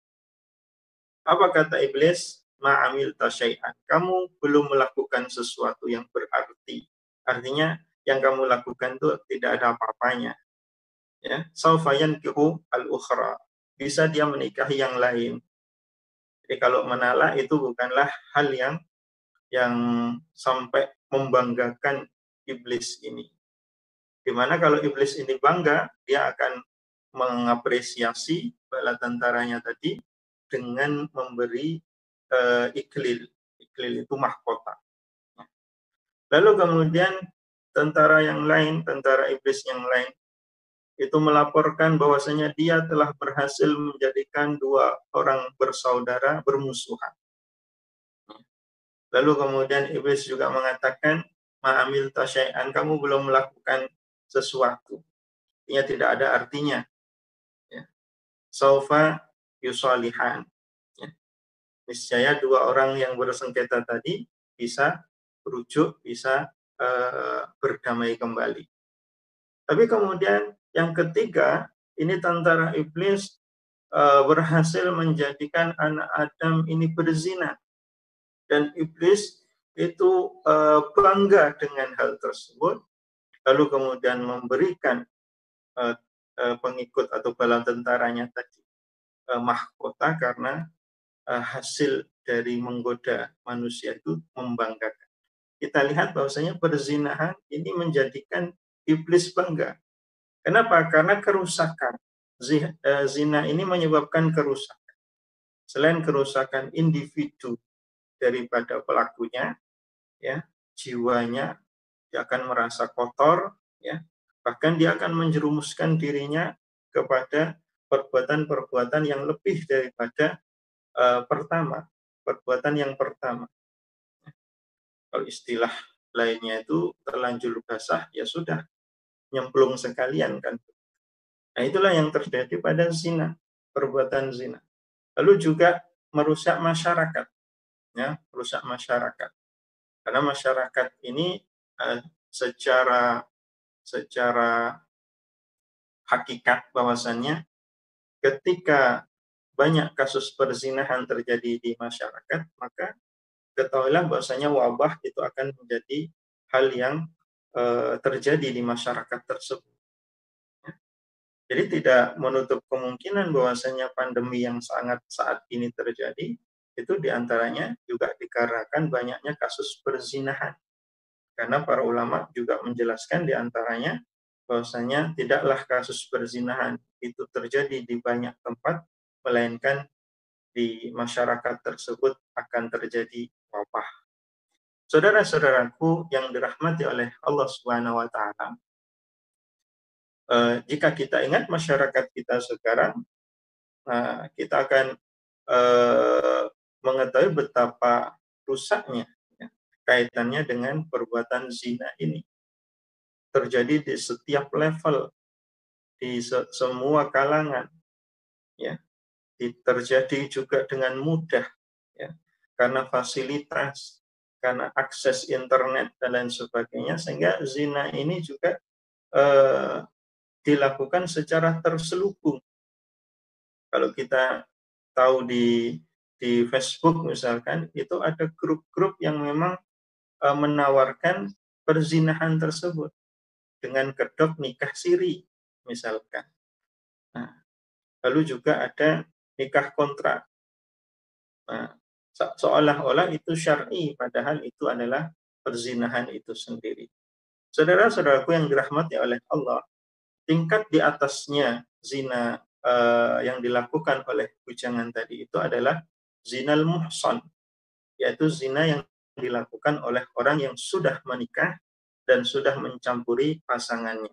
Apa kata iblis? Ma'amil tasyai'an. Kamu belum melakukan sesuatu yang berarti. Artinya yang kamu lakukan itu tidak ada apa-apanya. Ya, saufa yankihu al-ukhra. Bisa dia menikahi yang lain. Jadi kalau menalak itu bukanlah hal yang yang sampai membanggakan iblis ini. Dimana kalau iblis ini bangga, dia akan mengapresiasi bala tentaranya tadi dengan memberi uh, iklil. Iklil itu mahkota. Lalu kemudian tentara yang lain, tentara iblis yang lain, itu melaporkan bahwasanya dia telah berhasil menjadikan dua orang bersaudara bermusuhan. Lalu kemudian iblis juga mengatakan, ma'amil tasyai'an, kamu belum melakukan sesuatu. Artinya tidak ada artinya. Ya. Saufa yusalihan. Ya. Niscaya dua orang yang bersengketa tadi bisa berujuk, bisa uh, berdamai kembali. Tapi kemudian yang ketiga, ini tentara iblis uh, berhasil menjadikan anak Adam ini berzina. Dan iblis itu uh, bangga dengan hal tersebut. Lalu kemudian memberikan uh, uh, pengikut atau bala tentaranya tadi uh, mahkota karena uh, hasil dari menggoda manusia itu membanggakan. Kita lihat bahwasanya perzinahan ini menjadikan iblis bangga. Kenapa? Karena kerusakan. Zina ini menyebabkan kerusakan. Selain kerusakan individu daripada pelakunya, ya, jiwanya dia akan merasa kotor, ya, bahkan dia akan menjerumuskan dirinya kepada perbuatan-perbuatan yang lebih daripada uh, pertama, perbuatan yang pertama. Kalau istilah lainnya itu terlanjur basah, ya sudah, nyemplung sekalian kan. Nah itulah yang terjadi pada zina, perbuatan zina. Lalu juga merusak masyarakat, ya, merusak masyarakat. Karena masyarakat ini uh, secara secara hakikat bahwasannya ketika banyak kasus perzinahan terjadi di masyarakat, maka ketahuilah bahwasanya wabah itu akan menjadi hal yang uh, terjadi di masyarakat tersebut. Jadi tidak menutup kemungkinan bahwasanya pandemi yang sangat saat ini terjadi itu diantaranya juga dikarenakan banyaknya kasus perzinahan. Karena para ulama juga menjelaskan diantaranya bahwasanya tidaklah kasus perzinahan itu terjadi di banyak tempat, melainkan di masyarakat tersebut akan terjadi wabah. Saudara-saudaraku yang dirahmati oleh Allah Subhanahu wa taala, Uh, jika kita ingat masyarakat kita sekarang, uh, kita akan uh, mengetahui betapa rusaknya, ya, kaitannya dengan perbuatan zina ini. Terjadi di setiap level, di se semua kalangan, ya. Terjadi juga dengan mudah, ya, karena fasilitas, karena akses internet dan lain sebagainya, sehingga zina ini juga uh, dilakukan secara terselubung. Kalau kita tahu di di Facebook misalkan, itu ada grup-grup yang memang uh, menawarkan perzinahan tersebut dengan kedok nikah siri misalkan. Nah, lalu juga ada nikah kontrak. Nah, se- seolah-olah itu syar'i, padahal itu adalah perzinahan itu sendiri. Saudara-saudaraku yang dirahmati oleh Allah, tingkat di atasnya zina uh, yang dilakukan oleh bujangan tadi itu adalah zinal muhsan, yaitu zina yang dilakukan oleh orang yang sudah menikah dan sudah mencampuri pasangannya.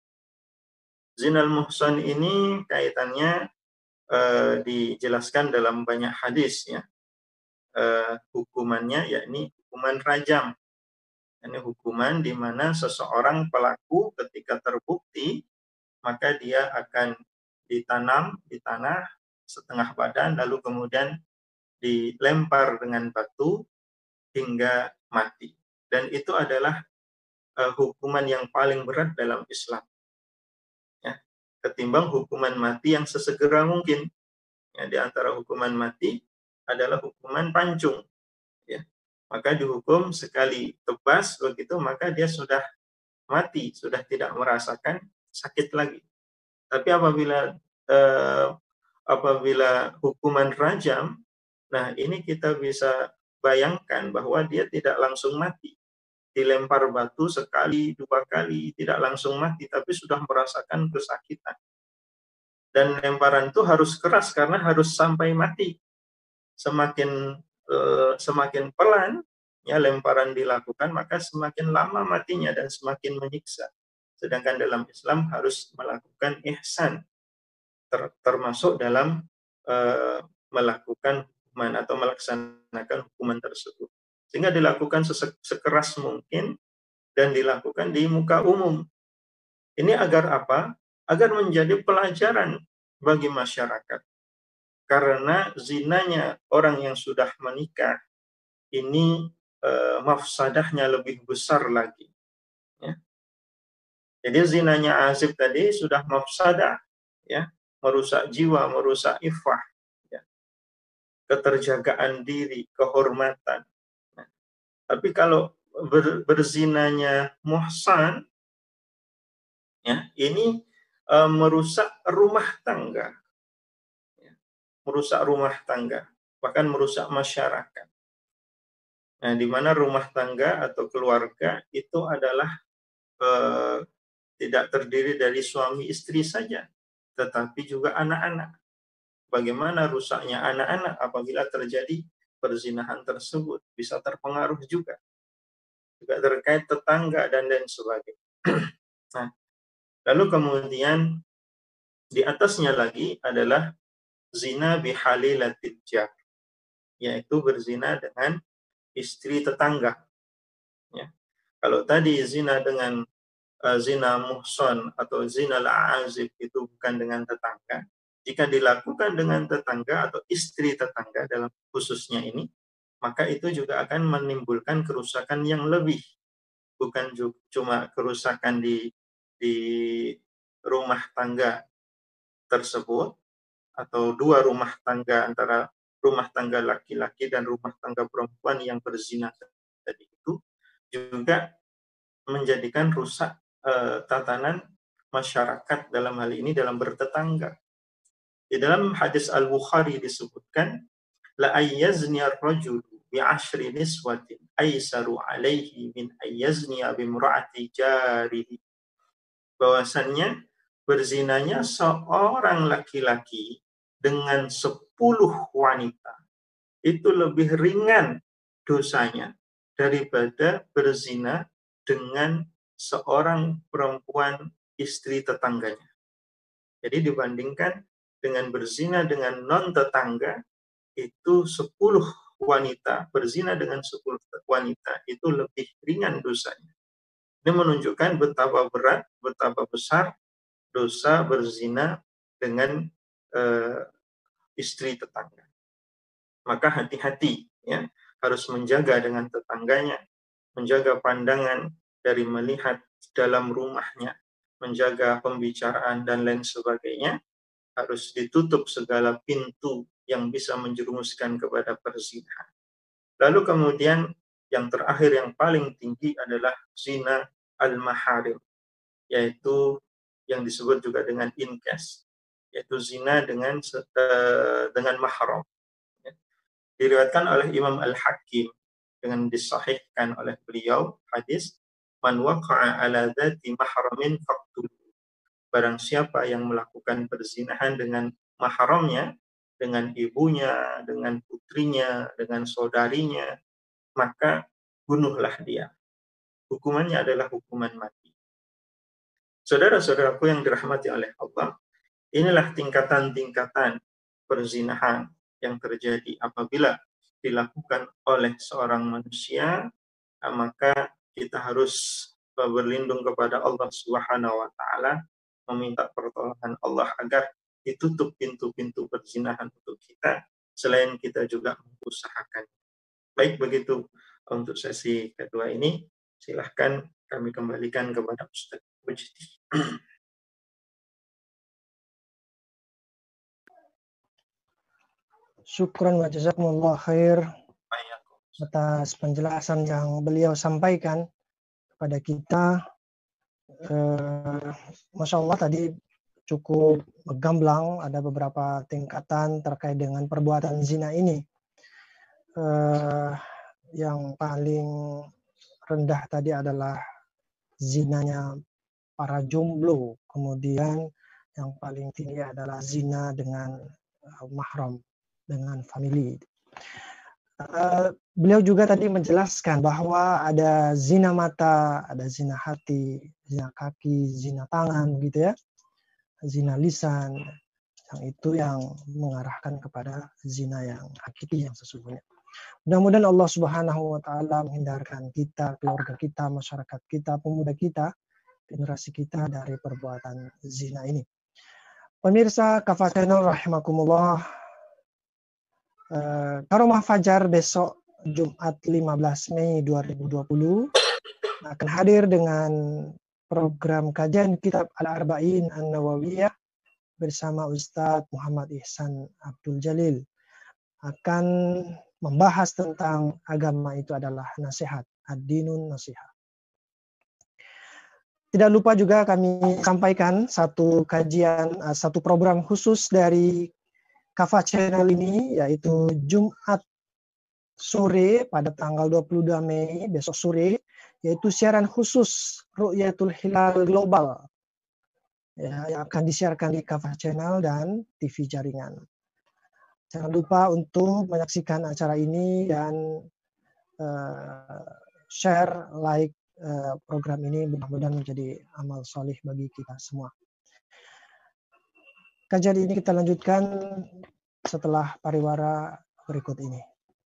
Zinal muhsan ini kaitannya uh, dijelaskan dalam banyak hadis ya. Uh, hukumannya yakni hukuman rajam. Ini hukuman di mana seseorang pelaku ketika terbukti maka dia akan ditanam di tanah setengah badan lalu kemudian dilempar dengan batu hingga mati. Dan itu adalah uh, hukuman yang paling berat dalam Islam. Ya, ketimbang hukuman mati yang sesegera mungkin. Ya, di antara hukuman mati adalah hukuman pancung. Ya. Maka dihukum sekali tebas begitu maka dia sudah mati, sudah tidak merasakan sakit lagi. Tapi apabila eh, apabila hukuman rajam, nah ini kita bisa bayangkan bahwa dia tidak langsung mati. Dilempar batu sekali, dua kali, tidak langsung mati, tapi sudah merasakan kesakitan. Dan lemparan itu harus keras karena harus sampai mati. Semakin eh, semakin pelan ya lemparan dilakukan, maka semakin lama matinya dan semakin menyiksa. Sedangkan dalam Islam harus melakukan ihsan, ter, termasuk dalam uh, melakukan hukuman atau melaksanakan hukuman tersebut. Sehingga dilakukan sekeras mungkin dan dilakukan di muka umum. Ini agar apa? Agar menjadi pelajaran bagi masyarakat. Karena zinanya orang yang sudah menikah ini Uh, mafsadahnya lebih besar lagi. Ya. Jadi zinanya azib tadi sudah mafsadah, ya, merusak jiwa, merusak iffah, ya. Keterjagaan diri, kehormatan. Nah, tapi kalau ber, berzinanya muhsan, ya, ini uh, merusak rumah tangga, ya. Merusak rumah tangga, bahkan merusak masyarakat. Nah, di mana rumah tangga atau keluarga itu adalah eh, tidak terdiri dari suami istri saja, tetapi juga anak-anak. Bagaimana rusaknya anak-anak apabila terjadi perzinahan tersebut? Bisa terpengaruh juga. Juga terkait tetangga dan lain sebagainya. Nah, lalu kemudian di atasnya lagi adalah zina bihalilatid jar, yaitu berzina dengan istri tetangga. Ya. Kalau tadi zina dengan uh, zina muhsan atau zina al-azib itu bukan dengan tetangga, jika dilakukan dengan tetangga atau istri tetangga dalam khususnya ini, maka itu juga akan menimbulkan kerusakan yang lebih. Bukan cuma kerusakan di di rumah tangga tersebut atau dua rumah tangga antara rumah tangga laki-laki dan rumah tangga perempuan yang berzina tadi itu juga menjadikan rusak eh, tatanan masyarakat dalam hal ini dalam bertetangga. Di dalam hadis Al-Bukhari disebutkan la ayyazni ar-rajulu bi ashri niswatin aysaru alaihi min ayyazni bi imraati jarihi. Bahwasannya berzinanya seorang laki-laki dengan sepuluh wanita itu lebih ringan dosanya daripada berzina dengan seorang perempuan istri tetangganya. Jadi dibandingkan dengan berzina dengan non tetangga, itu sepuluh wanita berzina dengan sepuluh wanita itu lebih ringan dosanya. Ini menunjukkan betapa berat, betapa besar dosa berzina dengan uh, istri tetangga. Maka hati-hati, ya, harus menjaga dengan tetangganya, menjaga pandangan dari melihat dalam rumahnya, menjaga pembicaraan dan lain sebagainya, harus ditutup segala pintu yang bisa menjerumuskan kepada perzinahan. Lalu kemudian yang terakhir yang paling tinggi adalah zina al-maharim, yaitu yang disebut juga dengan incest, yaitu zina dengan dengan mahram. Diriwayatkan oleh Imam Al-Hakim dengan disahihkan oleh beliau hadis, man waqa'a ala dzati mahramin faqtul. Barang siapa yang melakukan perzinahan dengan mahramnya, dengan ibunya, dengan putrinya, dengan saudarinya, maka bunuhlah dia. Hukumannya adalah hukuman mati. Saudara-saudaraku yang dirahmati oleh Allah, inilah tingkatan-tingkatan perzinahan yang terjadi apabila dilakukan oleh seorang manusia, maka kita harus berlindung kepada Allah Subhanahu wa taala, meminta pertolongan Allah agar ditutup pintu-pintu perzinahan untuk kita, selain kita juga mengusahakan. Baik, begitu untuk sesi kedua ini. Silahkan kami kembalikan kepada Ustaz Mujdi. Syukran wa jazakumullah khair atas penjelasan yang beliau sampaikan kepada kita. Eh, Masya Allah tadi cukup gamblang, ada beberapa tingkatan terkait dengan perbuatan zina ini. Eh, yang paling rendah tadi adalah zinanya para jomblo, kemudian yang paling tinggi adalah zina dengan uh, mahram, dengan family. Uh, beliau juga tadi menjelaskan bahwa ada zina mata, ada zina hati, zina kaki, zina tangan, gitu ya, zina lisan, yang itu yang mengarahkan kepada zina yang hakiki, yang sesungguhnya. Mudah-mudahan Allah Subhanahu wa taala menghindarkan kita, keluarga kita, masyarakat kita, pemuda kita, generasi kita dari perbuatan zina ini. Pemirsa Kafah Channel rahimakumullah, eh, Karomah Fajar besok Jumat lima belas Mei dua ribu dua puluh akan hadir dengan program kajian kitab Al-Arba'in An-Nawawiyah bersama Ustadz Muhammad Ihsan Abdul Jalil, akan membahas tentang agama itu adalah nasihat, ad-dinun nasihat. Tidak lupa juga kami sampaikan satu kajian, satu program khusus dari Kafah Channel ini, yaitu Jumat sore pada tanggal dua puluh dua Mei, besok sore, yaitu siaran khusus Ru'yatul Hilal Global, ya, yang akan disiarkan di Kafah Channel dan T V jaringan. Jangan lupa untuk menyaksikan acara ini dan uh, share, like uh, program ini, mudah-mudahan menjadi amal solih bagi kita semua. Kajian ini kita lanjutkan setelah pariwara berikut ini.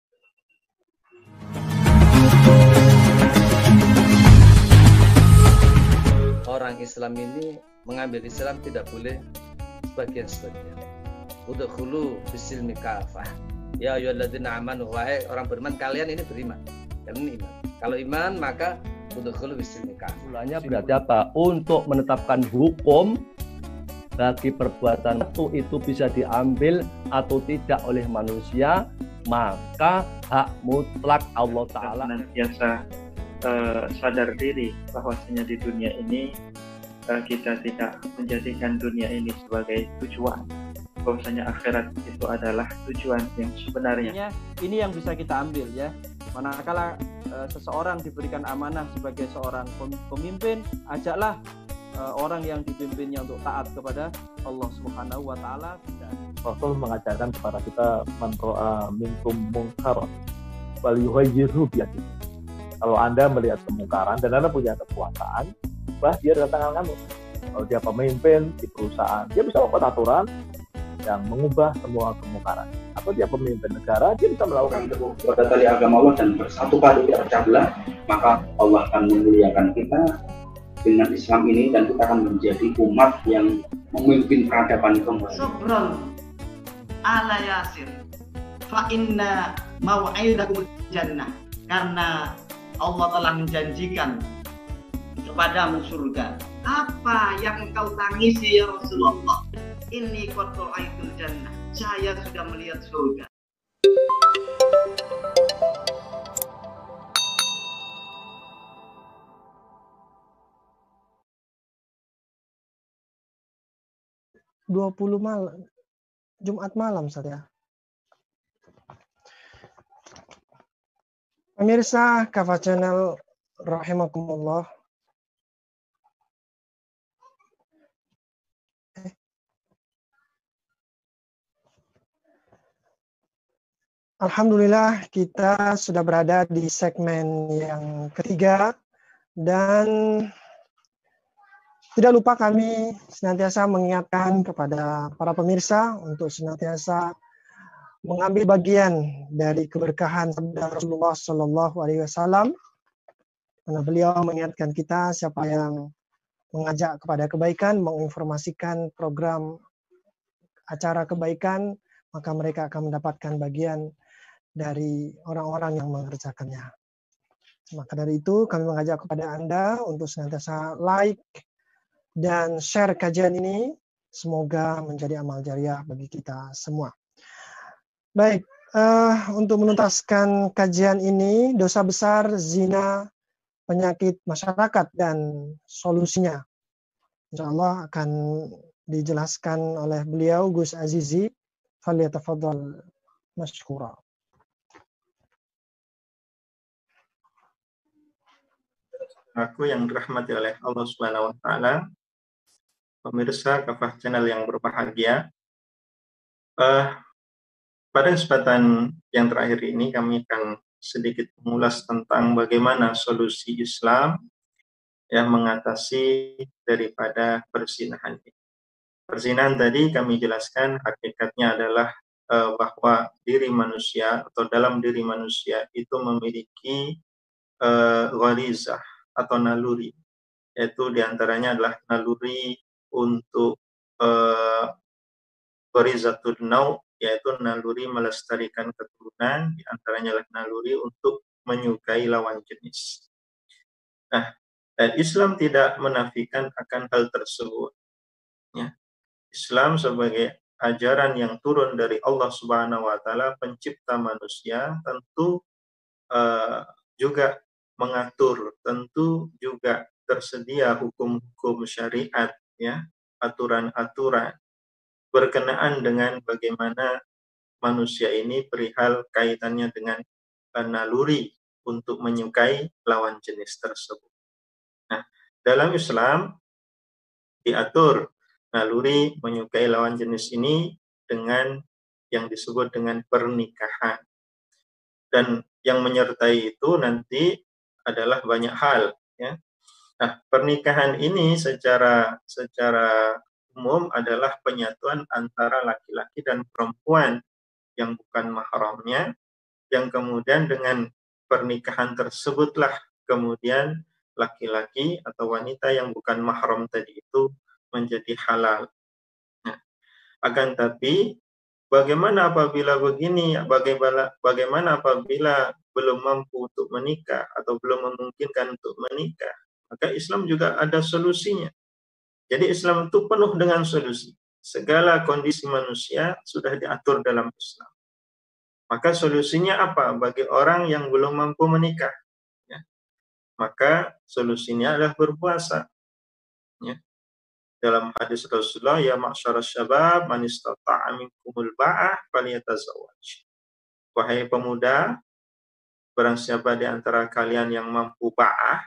Orang Islam ini mengambil Islam tidak boleh sebagian-sebagian. Udkhulu bisilmi kafah. Ya ayyuhalladzina amanu, wahai orang beriman, kalian ini beriman. Kalian ini iman. Kalau iman maka udkhulu bisilmi kafah. Mulanya berarti apa? Untuk menetapkan hukum bagi perbuatan itu itu bisa diambil atau tidak oleh manusia, maka hak mutlak Allah Ta'ala. Biasa uh, sadar diri bahwasanya di dunia ini uh, kita tidak menjadikan dunia ini sebagai tujuan, bahwasanya akhirat itu adalah tujuan yang sebenarnya. Ini yang bisa kita ambil ya. Manakala uh, seseorang diberikan amanah sebagai seorang pemimpin, ajaklah uh, orang yang dipimpinnya untuk taat kepada Allah Subhanahu wa taala. Rasul mengajarkan kepada kita, man ra'a minkum munkar falyughayyirhu biyadihi. Kalau Anda melihat kemungkaran dan Anda punya kekuasaan, bah dia dengan tangan kamu. Kalau dia pemimpin di perusahaan, dia bisa membuat aturan yang mengubah semua kemungkaran. Atau dia pemimpin negara, dia bisa melakukan kepada tali agama Allah dan bersatu padu tidak pecah belah, maka Allah akan memuliakan kita dengan Islam ini dan kita akan menjadi umat yang memimpin peradaban kembali. Sabran ala yasir fa inna mau'idakum jannah, karena Allah telah menjanjikan kepadamu surga, apa yang engkau tangisi ya Rasulullah? Ini qad ra'aitul jannah. Saya sudah melihat surga. dua puluh malam, Jumat malam saya. Pemirsa Kafah Channel rahimakumullah. Alhamdulillah kita sudah berada di segmen yang ketiga dan tidak lupa kami senantiasa mengingatkan kepada para pemirsa untuk senantiasa mengambil bagian dari keberkahan sabda Rasulullah Shallallahu Alaihi Wasallam, karena beliau mengingatkan kita siapa yang mengajak kepada kebaikan, menginformasikan program acara kebaikan, maka mereka akan mendapatkan bagian dari orang-orang yang mengerjakannya. Maka dari itu kami mengajak kepada Anda untuk senantiasa like dan share kajian ini, semoga menjadi amal jariah bagi kita semua. Baik, uh, untuk menuntaskan kajian ini, dosa besar, zina, penyakit masyarakat, dan solusinya. Insya Allah akan dijelaskan oleh beliau, Gus Azizi. Falyatafadhal mashkura. Aku yang dirahmati oleh Allah Subhanahu wa taala, pemirsa Kafah Channel yang berbahagia. Uh, pada kesempatan yang terakhir ini kami akan sedikit mengulas tentang bagaimana solusi Islam yang mengatasi daripada perzinahan ini. Perzinahan tadi kami jelaskan hakikatnya adalah uh, bahwa diri manusia atau dalam diri manusia itu memiliki uh, gharizah atau naluri, yaitu diantaranya adalah naluri untuk uh, gharizatul nau, yaitu naluri melestarikan keturunan, diantaranya adalah naluri untuk menyukai lawan jenis. Nah, dan Islam tidak menafikan akan hal tersebut. Ya. Islam sebagai ajaran yang turun dari Allah Subhanahu wa taala, pencipta manusia, tentu uh, juga mengatur, tentu juga tersedia hukum-hukum syariat, ya, aturan-aturan berkenaan dengan bagaimana manusia ini perihal kaitannya dengan uh, naluri untuk menyukai lawan jenis tersebut. Nah, dalam Islam diatur naluri menyukai lawan jenis ini dengan yang disebut dengan pernikahan. Dan yang menyertai itu nanti adalah banyak hal, ya. Nah, pernikahan ini secara secara umum adalah penyatuan antara laki-laki dan perempuan yang bukan mahramnya, yang kemudian dengan pernikahan tersebutlah kemudian laki-laki atau wanita yang bukan mahram tadi itu menjadi halal. Nah, akan tapi bagaimana apabila begini, bagaimana, bagaimana apabila belum mampu untuk menikah atau belum memungkinkan untuk menikah, maka Islam juga ada solusinya. Jadi Islam itu penuh dengan solusi. Segala kondisi manusia sudah diatur dalam Islam. Maka solusinya apa bagi orang yang belum mampu menikah? Ya. Maka solusinya adalah berpuasa. Ya. Dalam hadis Rasulullah, ya ma'syarasy syabab man istata'a minkumul ba'ah falyatazawwaj. Wahai pemuda, barang siapa di antara kalian yang mampu ba'ah,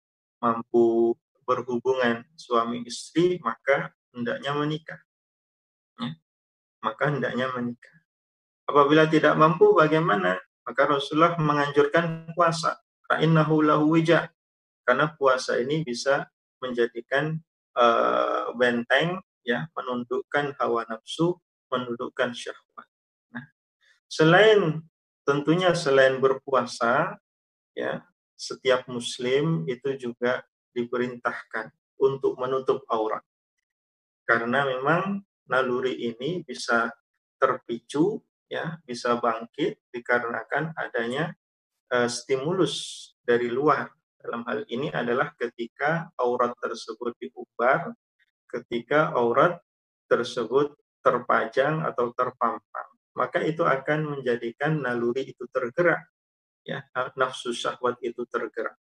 mampu berhubungan suami istri, maka hendaknya menikah. Ya. Maka hendaknya menikah. Apabila tidak mampu bagaimana? Maka Rasulullah menganjurkan puasa. Fa'innahu lahu wija. Karena puasa ini bisa menjadikan uh, benteng, ya, menundukkan hawa nafsu, menundukkan syahwat. Nah, selain tentunya selain berpuasa, ya, setiap muslim itu juga diperintahkan untuk menutup aurat. Karena memang naluri ini bisa terpicu, ya, bisa bangkit dikarenakan adanya uh, stimulus dari luar, dalam hal ini adalah ketika aurat tersebut diumbar, ketika aurat tersebut terpajang atau terpampang, maka itu akan menjadikan naluri itu tergerak, ya, nafsu syahwat itu tergerak.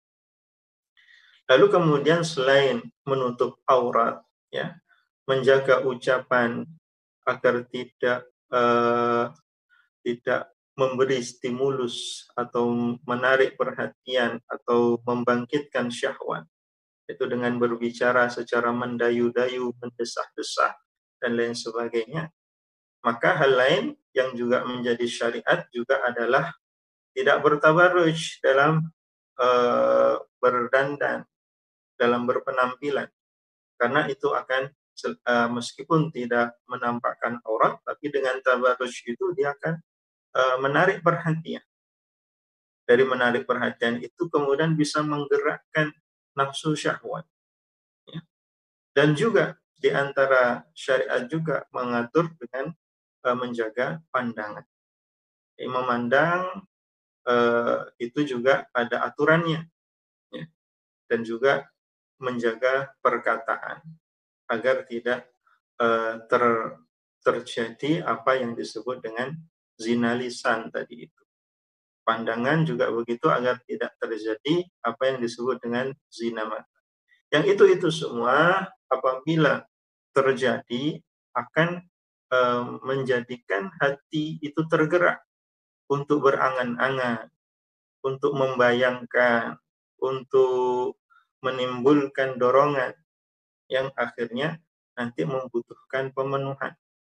Lalu kemudian selain menutup aurat, ya, menjaga ucapan agar tidak uh, tidak memberi stimulus atau menarik perhatian atau membangkitkan syahwat, itu dengan berbicara secara mendayu-dayu, mendesah-desah, dan lain sebagainya. Maka hal lain yang juga menjadi syariat juga adalah tidak bertabarruj dalam uh, berdandan, dalam berpenampilan, karena itu akan uh, meskipun tidak menampakkan aurat, tapi dengan tabarruj itu dia akan uh, menarik perhatian. Dari menarik perhatian itu kemudian bisa menggerakkan nafsu syahwat, ya. Dan juga di antara syariat juga mengatur dengan uh, menjaga pandangan. Jadi, memandang uh, itu juga ada aturannya, ya. Dan juga menjaga perkataan agar tidak uh, ter, terjadi apa yang disebut dengan zina lisan tadi itu. Pandangan juga begitu agar tidak terjadi apa yang disebut dengan zina mata. Yang itu-itu semua apabila terjadi akan um, menjadikan hati itu tergerak untuk berangan-angan, untuk membayangkan, untuk menimbulkan dorongan yang akhirnya nanti membutuhkan pemenuhan.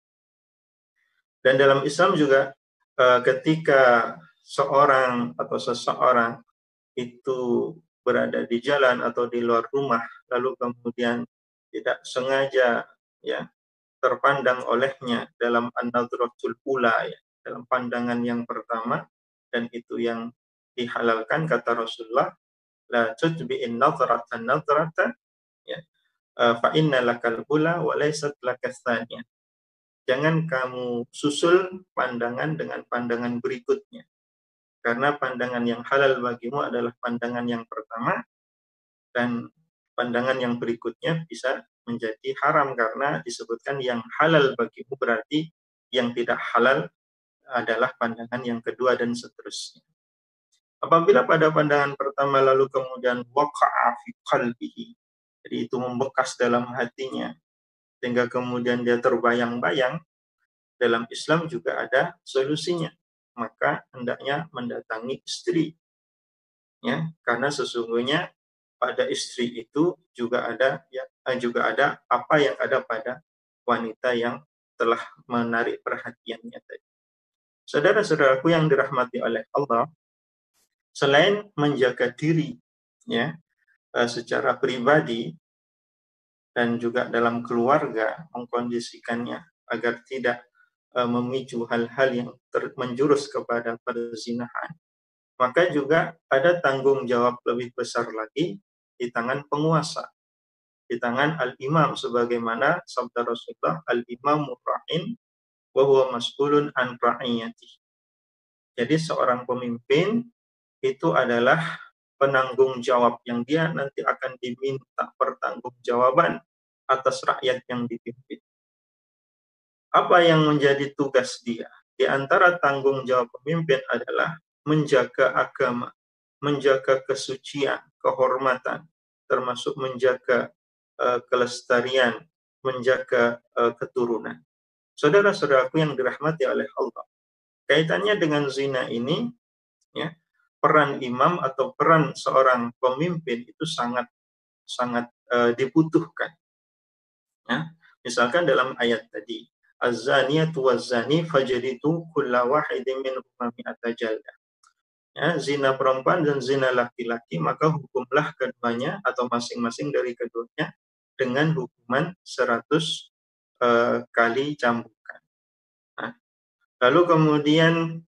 Dan dalam Islam juga uh, ketika seorang atau seseorang itu berada di jalan atau di luar rumah, lalu kemudian tidak sengaja, ya, terpandang olehnya dalam an-nadratul ula, ya, dalam pandangan yang pertama, dan itu yang dihalalkan, kata Rasulullah, la tutbi'in nadratan nadratan, ya, fa inna lakal ula wa laysat lakas tsaniyah. Jangan kamu susul pandangan dengan pandangan berikutnya, karena pandangan yang halal bagimu adalah pandangan yang pertama, dan pandangan yang berikutnya bisa menjadi haram karena disebutkan yang halal bagimu, berarti yang tidak halal adalah pandangan yang kedua, dan seterusnya. Apabila pada pandangan pertama lalu kemudian waqa'a fi qalbihi, jadi itu membekas dalam hatinya sehingga kemudian dia terbayang-bayang, dalam Islam juga ada solusinya. Maka hendaknya mendatangi istri, ya, karena sesungguhnya pada istri itu juga ada, ya, juga ada apa yang ada pada wanita yang telah menarik perhatiannya tadi. Saudara-saudaraku yang dirahmati oleh Allah, selain menjaga diri, ya, secara pribadi dan juga dalam keluarga, mengkondisikannya agar tidak uh, memicu hal-hal yang ter- menjurus kepada perzinahan, maka juga ada tanggung jawab lebih besar lagi di tangan penguasa, di tangan al-imam, sebagaimana sabda Rasulullah, al-imamu ra'in wa huwa mas'ulun an ra'iyati. Jadi seorang pemimpin itu adalah penanggung jawab yang dia nanti akan diminta pertanggungjawaban atas rakyat yang dipimpin. Apa yang menjadi tugas dia? Di antara tanggung jawab pemimpin adalah menjaga agama, menjaga kesucian, kehormatan, termasuk menjaga uh, kelestarian, menjaga uh, keturunan. Saudara-saudaraku yang dirahmati oleh Allah, kaitannya dengan zina ini, ya, peran imam atau peran seorang pemimpin itu sangat sangat uh, dibutuhkan. Ya, misalkan dalam ayat tadi, az-zaniyatu waz-zani fajlidu kulla wahidin minhuma mi'ata jaldah. Ya, zina perempuan dan zina laki-laki, maka hukumlah keduanya atau masing-masing dari keduanya dengan hukuman seratus uh, kali cambukan. Nah, lalu kemudian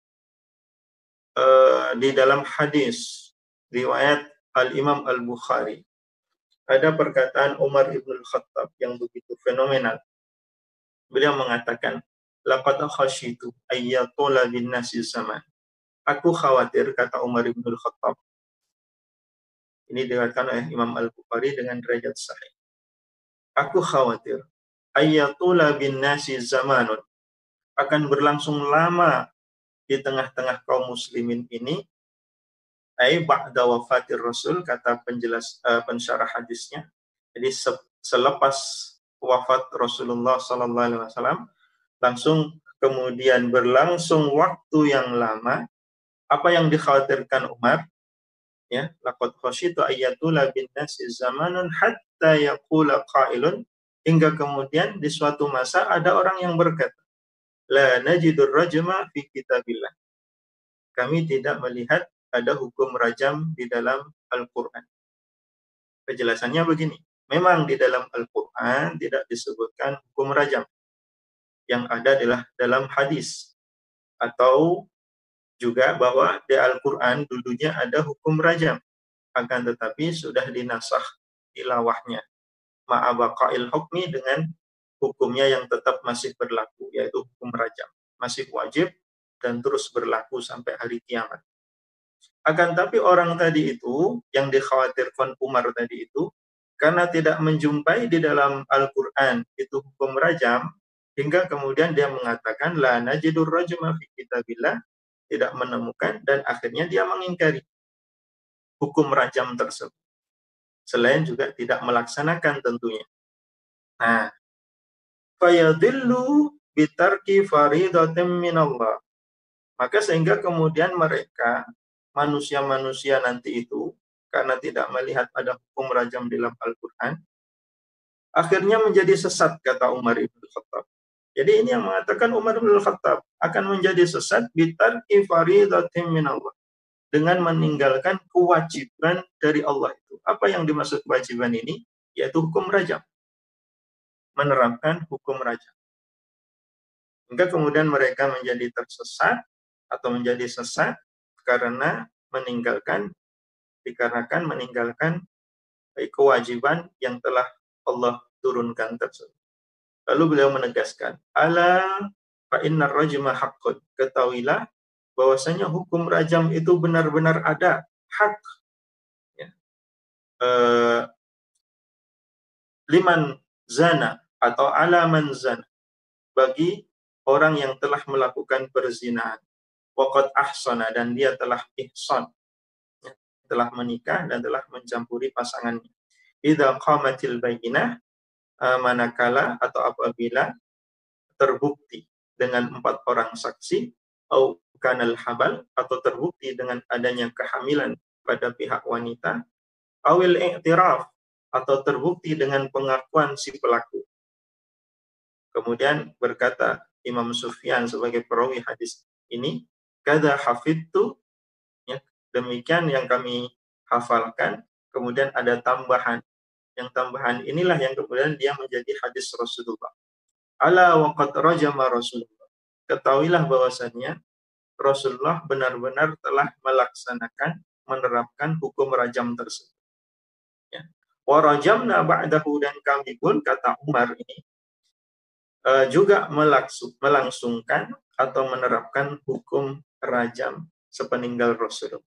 Uh, di dalam hadis riwayat Al-Imam Al-Bukhari ada perkataan Umar ibn Khattab yang begitu fenomenal. Beliau mengatakan, laqad khasyitu ayyatula bin nasi zaman. Aku khawatir, kata Umar ibn Khattab, Ini diriwayatkan oleh Imam Al-Bukhari dengan derajat sahih. Aku khawatir ayatula bin nasi zamanun, akan berlangsung lama di tengah-tengah kaum muslimin ini, ai ba'da wafatir Rasul, kata penjelas uh, pensyarah hadisnya. Jadi se selepas wafat Rasulullah sallallahu alaihi wasallam, langsung kemudian berlangsung waktu yang lama. Apa yang dikhawatirkan Umar? Ya, laqad khasyitu ayatula bin nasi zamanun hatta yaqula qailun, hingga kemudian di suatu masa ada orang yang berkata, la najidur rajma fi kitabillah, kami tidak melihat ada hukum rajam di dalam Al-Quran. Penjelasannya begini, memang di dalam Al-Quran tidak disebutkan hukum rajam, yang ada adalah dalam hadis, atau juga bahwa di Al-Quran dulunya ada hukum rajam, akan tetapi sudah dinasakh tilawahnya ma'abaqa'il hukmi, dengan hukumnya yang tetap masih berlaku, yaitu hukum rajam, masih wajib dan terus berlaku sampai hari kiamat. Akan tapi orang tadi itu, yang dikhawatirkan Umar tadi itu, karena tidak menjumpai di dalam Al-Quran itu hukum rajam, hingga kemudian dia mengatakan la najidur rajma fi kitabillah, tidak menemukan, dan akhirnya dia mengingkari hukum rajam tersebut. Selain juga tidak melaksanakan tentunya. Nah, fayadillu bitarki faridatin minallah. Maka sehingga kemudian mereka, manusia-manusia nanti itu, karena tidak melihat ada hukum rajam dalam Al-Quran, akhirnya menjadi sesat, kata Umar ibn Khattab. Jadi ini yang mengatakan Umar ibn Khattab akan menjadi sesat bitarki faridatin minallah, dengan meninggalkan kewajiban dari Allah itu. Apa yang dimaksud kewajiban ini? Yaitu hukum rajam. Menerapkan hukum rajam. Hingga kemudian mereka menjadi tersesat atau menjadi sesat karena meninggalkan, dikarenakan meninggalkan kewajiban yang telah Allah turunkan tersebut. Lalu beliau menegaskan, ala fa innar rajma haqqun, ketahuilah bahwasanya hukum rajam itu benar-benar ada, hak. Ya. E, liman zana atau alaman zana, bagi orang yang telah melakukan perzinahan. Waqad ahsana, dan dia telah ihsan, ya, telah menikah dan telah mencampuri pasangannya. Idza qamatil bayyinah, manakala atau apabila terbukti dengan empat orang saksi, au kanal habal, atau terbukti dengan adanya kehamilan pada pihak wanita, awil i'tiraf, atau terbukti dengan pengakuan si pelaku. Kemudian berkata Imam Sufyan sebagai perawi hadis ini, kada hafidtu, ya, demikian yang kami hafalkan. Kemudian ada tambahan, yang tambahan inilah yang kemudian dia menjadi hadis Rasulullah. Ala waqad rajama Rasulullah, ketahuilah bahwasannya Rasulullah benar-benar telah melaksanakan, menerapkan hukum rajam tersebut. Ya. Wa rajamna ba'dahu, dan kami pun, kata Umar ini, uh, juga melaksuk, melangsungkan atau menerapkan hukum rajam sepeninggal Rasulullah.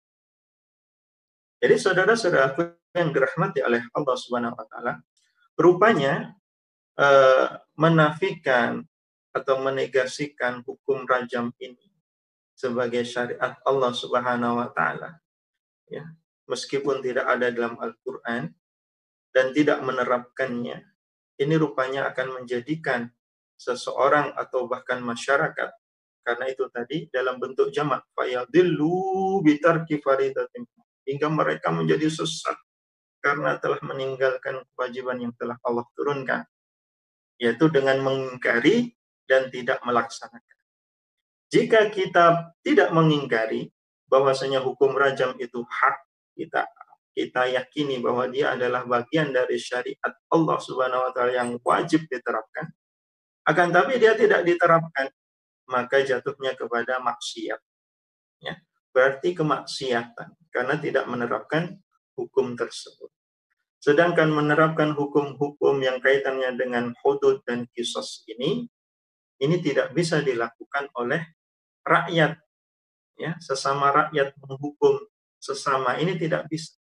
Jadi saudara-saudaraku yang dirahmati oleh Allah Subhanahu wa taala, rupanya uh, menafikan atau menegasikan hukum rajam ini sebagai syariat Allah Subhanahu wa taala, ya, meskipun tidak ada dalam Al-Qur'an dan tidak menerapkannya, ini rupanya akan menjadikan seseorang atau bahkan masyarakat, karena itu tadi dalam bentuk jamak, fayadillu bitarki faridatin, hingga mereka menjadi sesat karena telah meninggalkan kewajiban yang telah Allah turunkan, yaitu dengan mengingkari dan tidak melaksanakan. Jika kita tidak mengingkari bahwasanya hukum rajam itu hak, kita kita yakini bahwa dia adalah bagian dari syariat Allah Subhanahu wa taala yang wajib diterapkan, akan tapi dia tidak diterapkan, maka jatuhnya kepada maksiat. Ya, berarti kemaksiatan karena tidak menerapkan hukum tersebut. Sedangkan menerapkan hukum-hukum yang kaitannya dengan hudud dan qisas ini, ini tidak bisa dilakukan oleh rakyat, ya, sesama rakyat menghukum sesama, ini tidak bisa.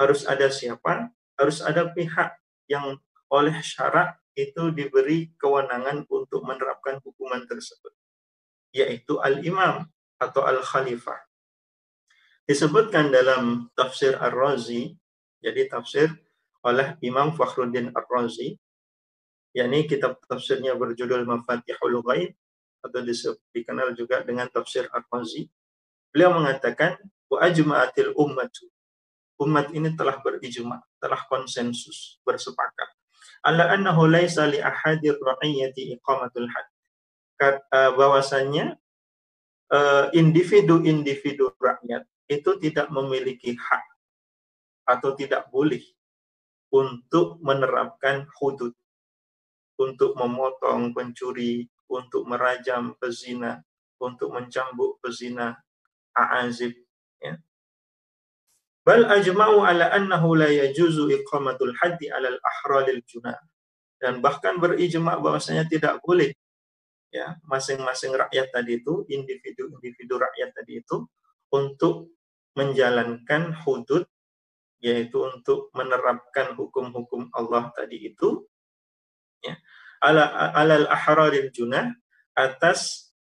Harus ada siapa? Harus ada pihak yang oleh syarak itu diberi kewenangan untuk menerapkan hukuman tersebut, yaitu al-imam atau al-khalifah. Disebutkan dalam tafsir Ar-Razi, jadi tafsir oleh Imam Fakhruddin Ar-Razi, yakni kitab tafsirnya berjudul Mafatihul Ghaib atau dikenal juga dengan tafsir Ar-Razi. Beliau mengatakan, wa ajma'atil ummatu, umat ini telah berijma', telah konsensus, bersepakat, ala annahu laisa li ahadir ra'iyyati iqamatul had, bahwasanya individu-individu rakyat itu tidak memiliki hak atau tidak boleh untuk menerapkan hudud, untuk memotong pencuri, untuk merajam pezina, untuk mencambuk pezina, a'azib, ya. Bal ajma'u ala annahu la yajuzu iqamatul haddi ala al-ahralil junah, dan bahkan berijma' bahwasanya tidak boleh, ya, masing-masing rakyat tadi itu, individu-individu rakyat tadi itu, untuk menjalankan hudud, yaitu untuk menerapkan hukum-hukum Allah tadi itu, ya, ala alal ahraril junah, atas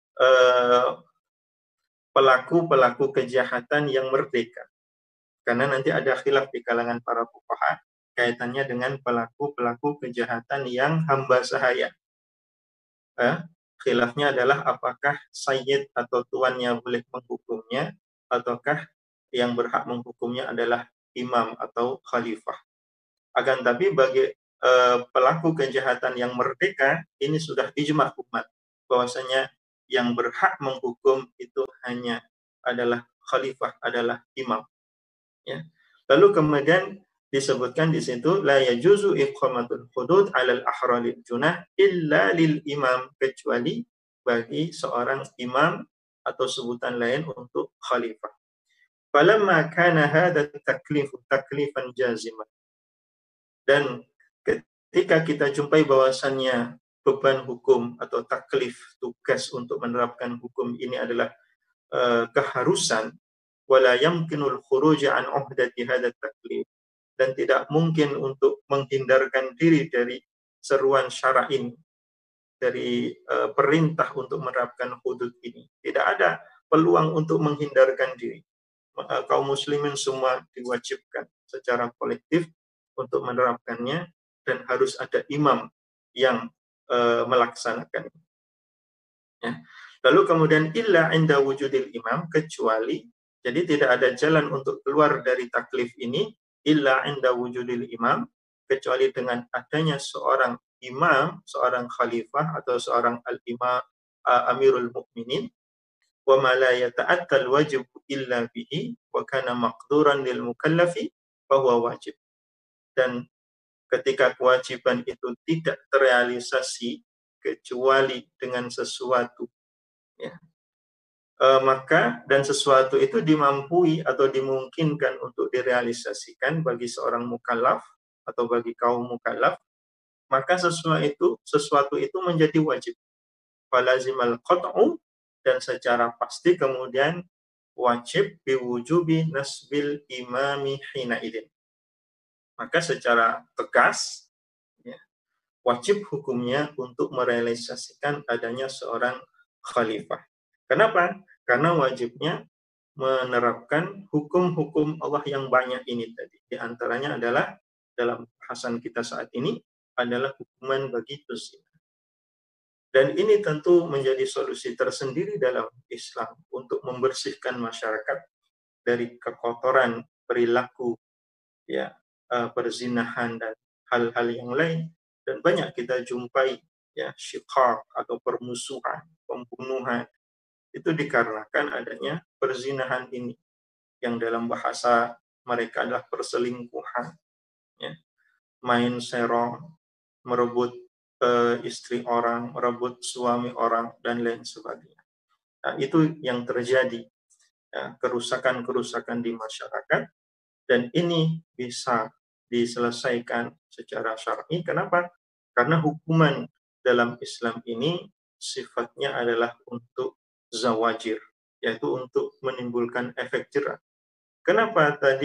pelaku-pelaku uh, kejahatan yang merdeka. Karena nanti ada khilaf di kalangan para fuqaha kaitannya dengan pelaku-pelaku kejahatan yang hamba sahaya. Eh, khilafnya adalah apakah sayyid atau tuannya boleh menghukumnya, ataukah yang berhak menghukumnya adalah imam atau khalifah. Akan tapi bagi eh, pelaku kejahatan yang merdeka, ini sudah ijma' umat bahwasanya yang berhak menghukum itu hanya adalah khalifah, adalah imam. Ya. Lalu kemudian disebutkan di situ, la yajuzu iqamatul hudud 'alal ahralil junah illa lil imam, kecuali bagi seorang imam atau sebutan lain untuk khalifah. Falamma kana hadha taklifu taklifan jaziman, dan ketika kita jumpai bahwasannya beban hukum atau taklif, tugas untuk menerapkan hukum ini adalah uh, keharusan, wala yamkinul khuruj an uhdati hadha taklif, dan tidak mungkin untuk menghindarkan diri dari seruan syara ini, dari uh, perintah untuk menerapkan hudud ini. Tidak ada peluang untuk menghindarkan diri. Uh, kaum muslimin semua diwajibkan secara kolektif untuk menerapkannya, dan harus ada imam yang uh, melaksanakannya. Ya. Lalu kemudian illa inda wujudil imam, kecuali, jadi tidak ada jalan untuk keluar dari taklif ini illa inda wujudil imam, kecuali dengan adanya seorang imam, seorang khalifah atau seorang al-imam, uh, amirul mukminin, wa ma la yata'attal wajib illa bihi wa kana maqduran lil mukallafi fa huwa wajib. Dan ketika kewajiban itu tidak terrealisasi kecuali dengan sesuatu, ya, E, maka dan sesuatu itu dimampui atau dimungkinkan untuk direalisasikan bagi seorang mukallaf atau bagi kaum mukallaf, maka sesuatu itu sesuatu itu menjadi wajib. Falazimal qat'u, dan secara pasti kemudian wajib biwujubi nasbil imami hina idin. Maka secara tegas, ya, wajib hukumnya untuk merealisasikan adanya seorang khalifah. Kenapa? Karena wajibnya menerapkan hukum-hukum Allah yang banyak ini tadi. Di antaranya adalah, dalam bahasan kita saat ini, adalah hukuman bagi pezina. Dan ini tentu menjadi solusi tersendiri dalam Islam untuk membersihkan masyarakat dari kekotoran perilaku, ya, perzinahan dan hal-hal yang lain. Dan banyak kita jumpai, ya, syiqaq atau permusuhan, pembunuhan, itu dikarenakan adanya perzinahan ini, yang dalam bahasa mereka adalah perselingkuhan, ya. Main serong, merebut uh, istri orang, merebut suami orang, dan lain sebagainya. Nah, itu yang terjadi, ya, kerusakan-kerusakan di masyarakat, dan ini bisa diselesaikan secara syar'i. Kenapa? Karena hukuman dalam Islam ini sifatnya adalah untuk zawajir, yaitu untuk menimbulkan efek jerah. Kenapa tadi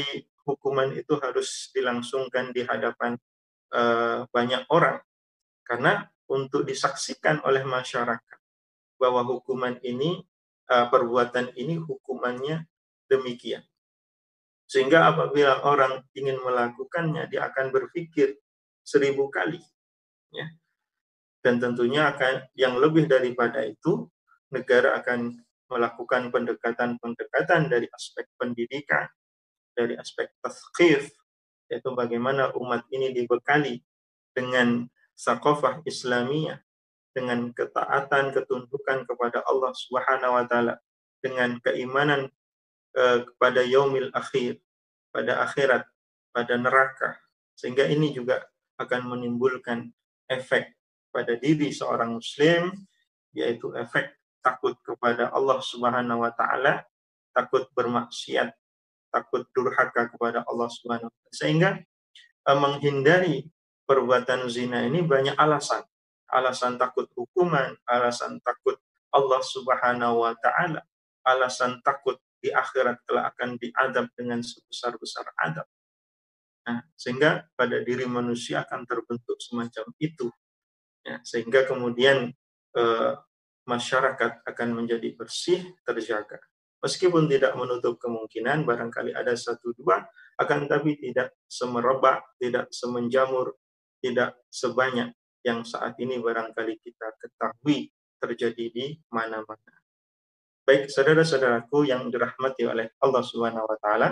hukuman itu harus dilangsungkan di hadapan uh, banyak orang, karena untuk disaksikan oleh masyarakat bahwa hukuman ini, uh, perbuatan ini hukumannya demikian. Sehingga apabila orang ingin melakukannya, dia akan berpikir seribu kali, ya. Dan tentunya akan yang lebih daripada itu, negara akan melakukan pendekatan-pendekatan dari aspek pendidikan, dari aspek tazkif, yaitu bagaimana umat ini dibekali dengan sakofah Islamiyah, dengan ketaatan, ketundukan kepada Allah Subhanahu wa taala, dengan keimanan eh, kepada yaumil akhir, pada akhirat, pada neraka. Sehingga ini juga akan menimbulkan efek pada diri seorang muslim, yaitu efek takut kepada Allah Subhanahu wa taala, takut bermaksiat, takut durhaka kepada Allah Subhanahu wa taala. Sehingga uh, menghindari perbuatan zina ini banyak alasan. Alasan takut hukuman, alasan takut Allah Subhanahu wa taala, alasan takut di akhirat kelak akan diadab dengan sebesar-besar adab. Nah, sehingga pada diri manusia akan terbentuk semacam itu. Ya, sehingga kemudian uh, masyarakat akan menjadi bersih, terjaga. Meskipun tidak menutup kemungkinan barangkali ada satu dua, akan tapi tidak semerebak, tidak semenjamur, tidak sebanyak yang saat ini barangkali kita ketahui terjadi di mana-mana. Baik, saudara-saudaraku yang dirahmati oleh Allah Subhanahu wa taala,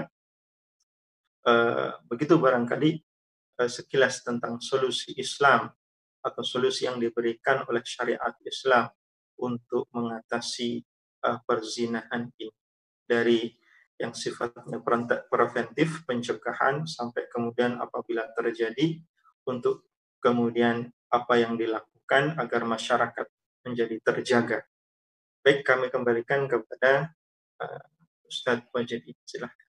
eh, begitu barangkali eh, sekilas tentang solusi Islam atau solusi yang diberikan oleh syariat Islam untuk mengatasi uh, perzinahan ini, dari yang sifatnya preventif, pencegahan, sampai kemudian apabila terjadi untuk kemudian apa yang dilakukan agar masyarakat menjadi terjaga. Baik, kami kembalikan kepada uh, Ustadz Wajid, silahkan.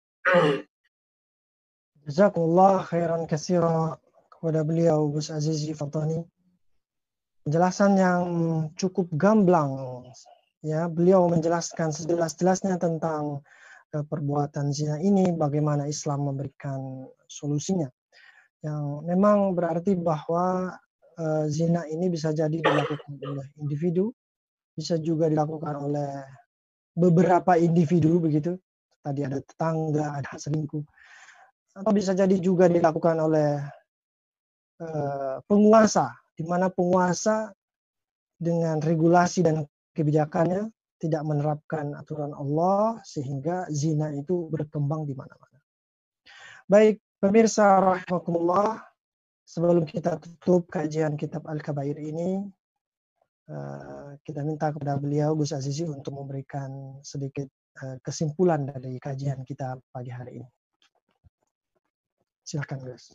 Jazakumullah khairan katsira kepada beliau Gus Azizi Fatani. Penjelasan yang cukup gamblang, ya. Beliau menjelaskan sejelas-jelasnya tentang uh, perbuatan zina ini, bagaimana Islam memberikan solusinya. Yang memang berarti bahwa uh, zina ini bisa jadi dilakukan oleh individu, bisa juga dilakukan oleh beberapa individu begitu. Tadi ada tetangga, ada selingkuh, atau bisa jadi juga dilakukan oleh uh, penguasa, di mana penguasa dengan regulasi dan kebijakannya tidak menerapkan aturan Allah sehingga zina itu berkembang di mana-mana. Baik, pemirsa rahimakumullah, sebelum kita tutup kajian kitab Al-Kabair ini, kita minta kepada beliau Gus Azizi untuk memberikan sedikit kesimpulan dari kajian kita pagi hari ini. Silakan, Gus.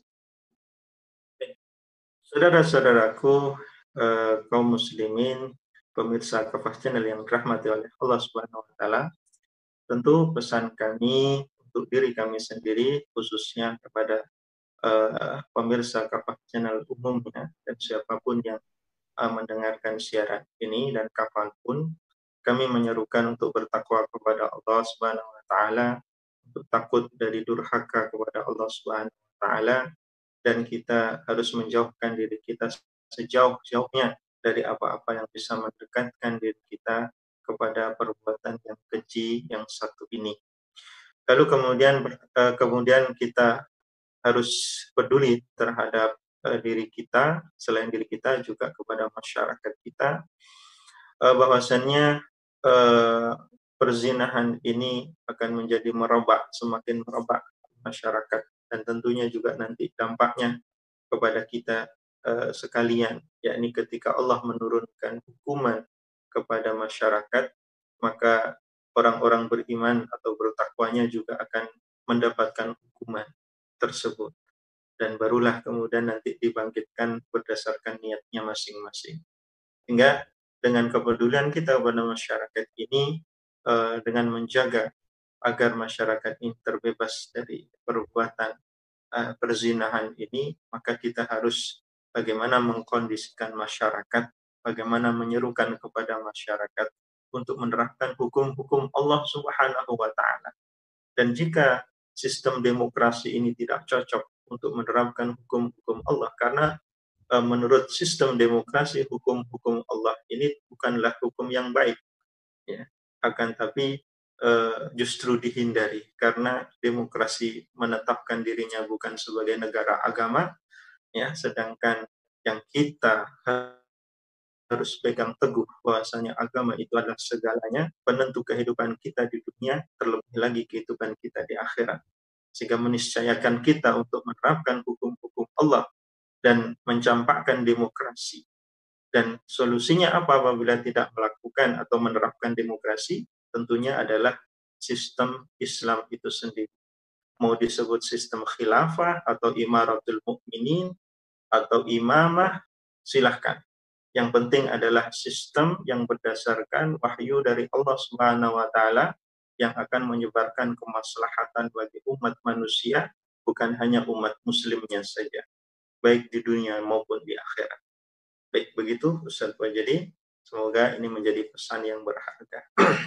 Saudara-saudaraku, eh, kaum muslimin, pemirsa Kafah Channel yang dirahmati oleh Allah Subhanahu wa taala, tentu pesan kami untuk diri kami sendiri, khususnya kepada eh, pemirsa Kafah Channel umumnya dan siapapun yang eh, mendengarkan siaran ini dan kapanpun, kami menyerukan untuk bertakwa kepada Allah Subhanahu wa taala, untuk takut dari durhaka kepada Allah Subhanahu wa taala, dan kita harus menjauhkan diri kita sejauh-jauhnya dari apa-apa yang bisa mendekatkan diri kita kepada perbuatan yang keji yang satu ini. Lalu kemudian kemudian kita harus peduli terhadap diri kita, selain diri kita juga kepada masyarakat kita, bahwasannya perzinahan ini akan menjadi merebak, semakin merebak masyarakat, dan tentunya juga nanti dampaknya kepada kita uh, sekalian, yakni ketika Allah menurunkan hukuman kepada masyarakat, maka orang-orang beriman atau bertakwanya juga akan mendapatkan hukuman tersebut, dan barulah kemudian nanti dibangkitkan berdasarkan niatnya masing-masing. Sehingga dengan kepedulian kita kepada masyarakat ini, uh, dengan menjaga agar masyarakat ini terbebas dari perbuatan uh, perzinahan ini, maka kita harus bagaimana mengkondisikan masyarakat, bagaimana menyerukan kepada masyarakat untuk menerapkan hukum-hukum Allah Subhanahu wa taala. Dan jika sistem demokrasi ini tidak cocok untuk menerapkan hukum-hukum Allah, karena uh, menurut sistem demokrasi hukum-hukum Allah ini bukanlah hukum yang baik, ya. Akan tapi uh, justru dihindari, karena demokrasi menetapkan dirinya bukan sebagai negara agama, ya, sedangkan yang kita harus pegang teguh bahwasanya agama itu adalah segalanya, penentu kehidupan kita di dunia, terlebih lagi kehidupan kita di akhirat, sehingga meniscayakan kita untuk menerapkan hukum-hukum Allah dan mencampakkan demokrasi. Dan solusinya apa apabila tidak melakukan atau menerapkan demokrasi? Tentunya adalah sistem Islam itu sendiri. Mau disebut sistem khilafah atau imaratul mukminin atau imamah, silahkan. Yang penting adalah sistem yang berdasarkan wahyu dari Allah Subhanahu wa taala yang akan menyebarkan kemaslahatan bagi umat manusia, bukan hanya umat muslimnya saja, baik di dunia maupun di akhirat. Baik, begitu Ustaz Wajdi. Semoga ini menjadi pesan yang berharga.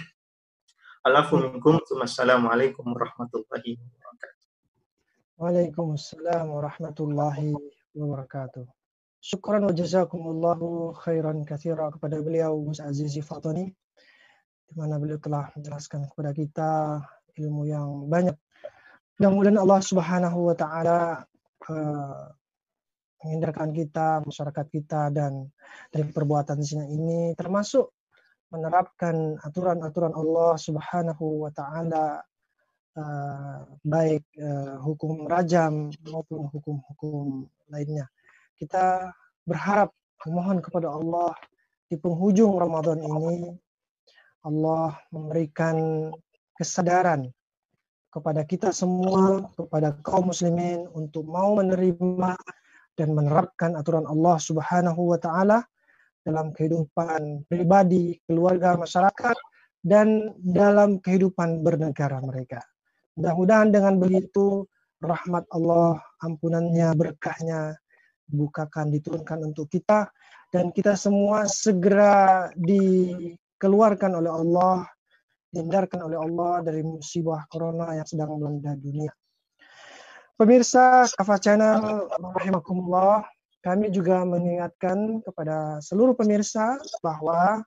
Alafu minkum. Wassalamualaikum warahmatullahi wabarakatuh. Waalaikumsalam warahmatullahi wabarakatuh. Syukran wa jazakumullahu khairan katsira kepada beliau Gus Azizi Fatoni, di mana beliau telah menjelaskan kepada kita ilmu yang banyak. Mudah-mudahan Allah Subhanahu wa taala uh, menghindarkan kita, masyarakat kita dan dari perbuatan zina ini, termasuk menerapkan aturan-aturan Allah Subhanahu wa taala, uh, baik uh, hukum rajam maupun hukum-hukum lainnya. Kita berharap, memohon kepada Allah di penghujung Ramadan ini, Allah memberikan kesadaran kepada kita semua, kepada kaum muslimin untuk mau menerima dan menerapkan aturan Allah Subhanahu wa taala dalam kehidupan pribadi, keluarga, masyarakat, dan dalam kehidupan bernegara mereka. Mudah-mudahan dengan begitu rahmat Allah, ampunannya, berkahnya dibukakan, diturunkan untuk kita, dan kita semua segera dikeluarkan oleh Allah, dihindarkan oleh Allah dari musibah corona yang sedang melanda dunia. Pemirsa Kafah Channel rahimakumullah, kami juga mengingatkan kepada seluruh pemirsa bahwa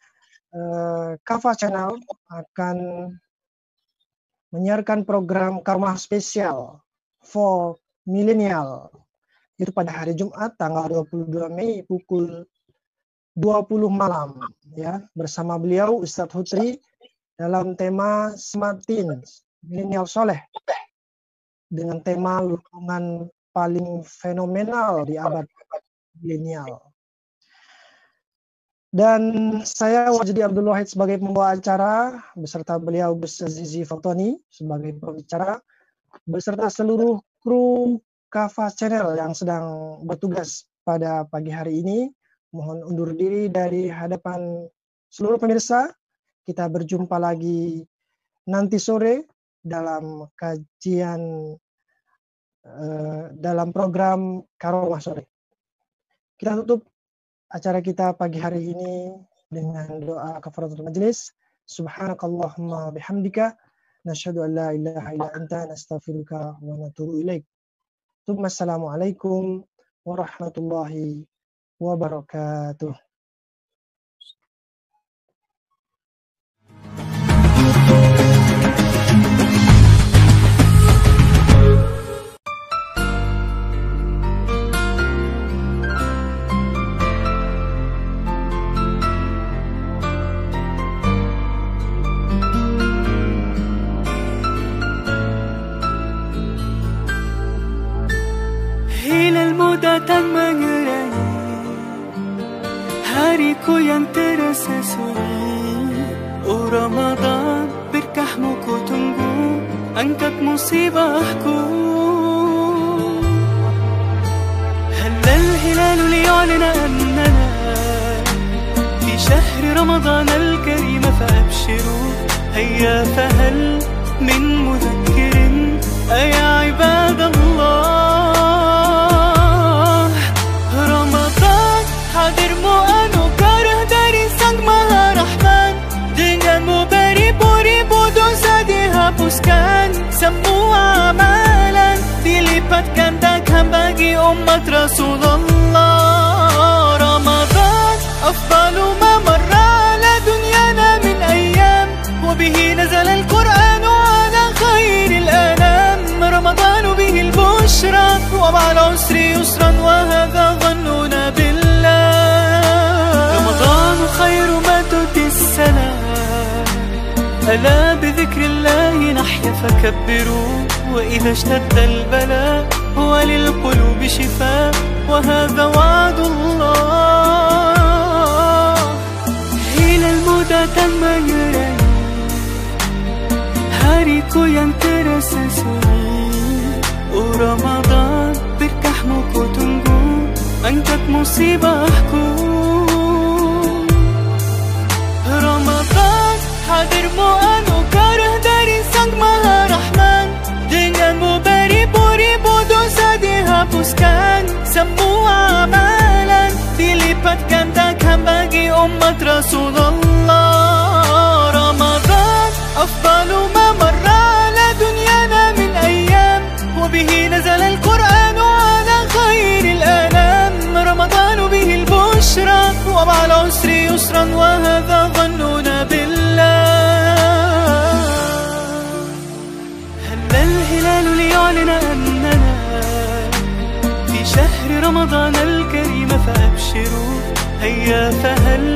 uh, Kafah Channel akan menyiarkan program Karomah spesial for millennial, itu pada hari Jumat tanggal dua puluh dua Mei pukul dua puluh malam, ya, bersama beliau Ustadz Hutri dalam tema Smart Teens, Milenial Soleh, dengan tema lingkungan paling fenomenal di abad milenial. Dan saya Wajdi Abdul Wahid sebagai pembawa acara, beserta beliau Gus Azizi Fatoni sebagai pembicara, beserta seluruh kru Kafah Channel yang sedang bertugas pada pagi hari ini, mohon undur diri dari hadapan seluruh pemirsa. Kita berjumpa lagi nanti sore dalam kajian uh, dalam program Karomah Sore. Kita tutup acara kita pagi hari ini dengan doa kafaratul majelis. Subhanakallahumma bihamdika nasyhadu an la ilaha illa anta nastaghfiruka wa natubu ilaik. Assalamualaikum warahmatullahi wabarakatuh. Datang mengerangi hariku yang terasa sunyi. Oh Ramadan, berkahmu ku tunggu, angkat musibahku. Halal hilalu liya'lina annana fi syahri Ramadan al-karim fa'abshiru. Hayya fahal min mudhakkirin ya ibadallah. Hadirmu anugerah dari Sang Maha Rahman, denganmu beribu-ribu dosa dihapuskan semua. dilipat gandakan bagi umat Rasulullah. Ramadan afdalu ma marra ala dunyana min ayyam, wa bihi nazala al-Qur'anu ala khairil anam. Ramadan bihi al-bushra wa ma'al usri yusran, wa hadha dhannuna billah. Ramadan khairu ma tu'ti as-salam, ألا بذكر الله نحيا فكبروا، وإذا اشتد البلاء هو للقلوب شفاء، وهذا وعد الله. Hilal muda tanpa ngerai, hariku yang terasa sunyi. Oh Ramadan, berkahmu ku tunggu, angkat musibahku. Ramadan, hadirmu anugerah dari Sang Maha Rahman, denganmu beribu-ribu dosa dihapuskan, semua amalan dilipat gandakan bagi umat Rasulullah. Ramadan afdalu ma marra ala dunyana min ayyam, wa bihi nazala al-Qur'anu ala khairil anam. Ramadan bihi al-bushra wa ma'al usri yusran, wa hadha dhannuna billah. هل الهلال ليعلن أننا في شهر رمضان الكريم، فأبشروا هيا فهل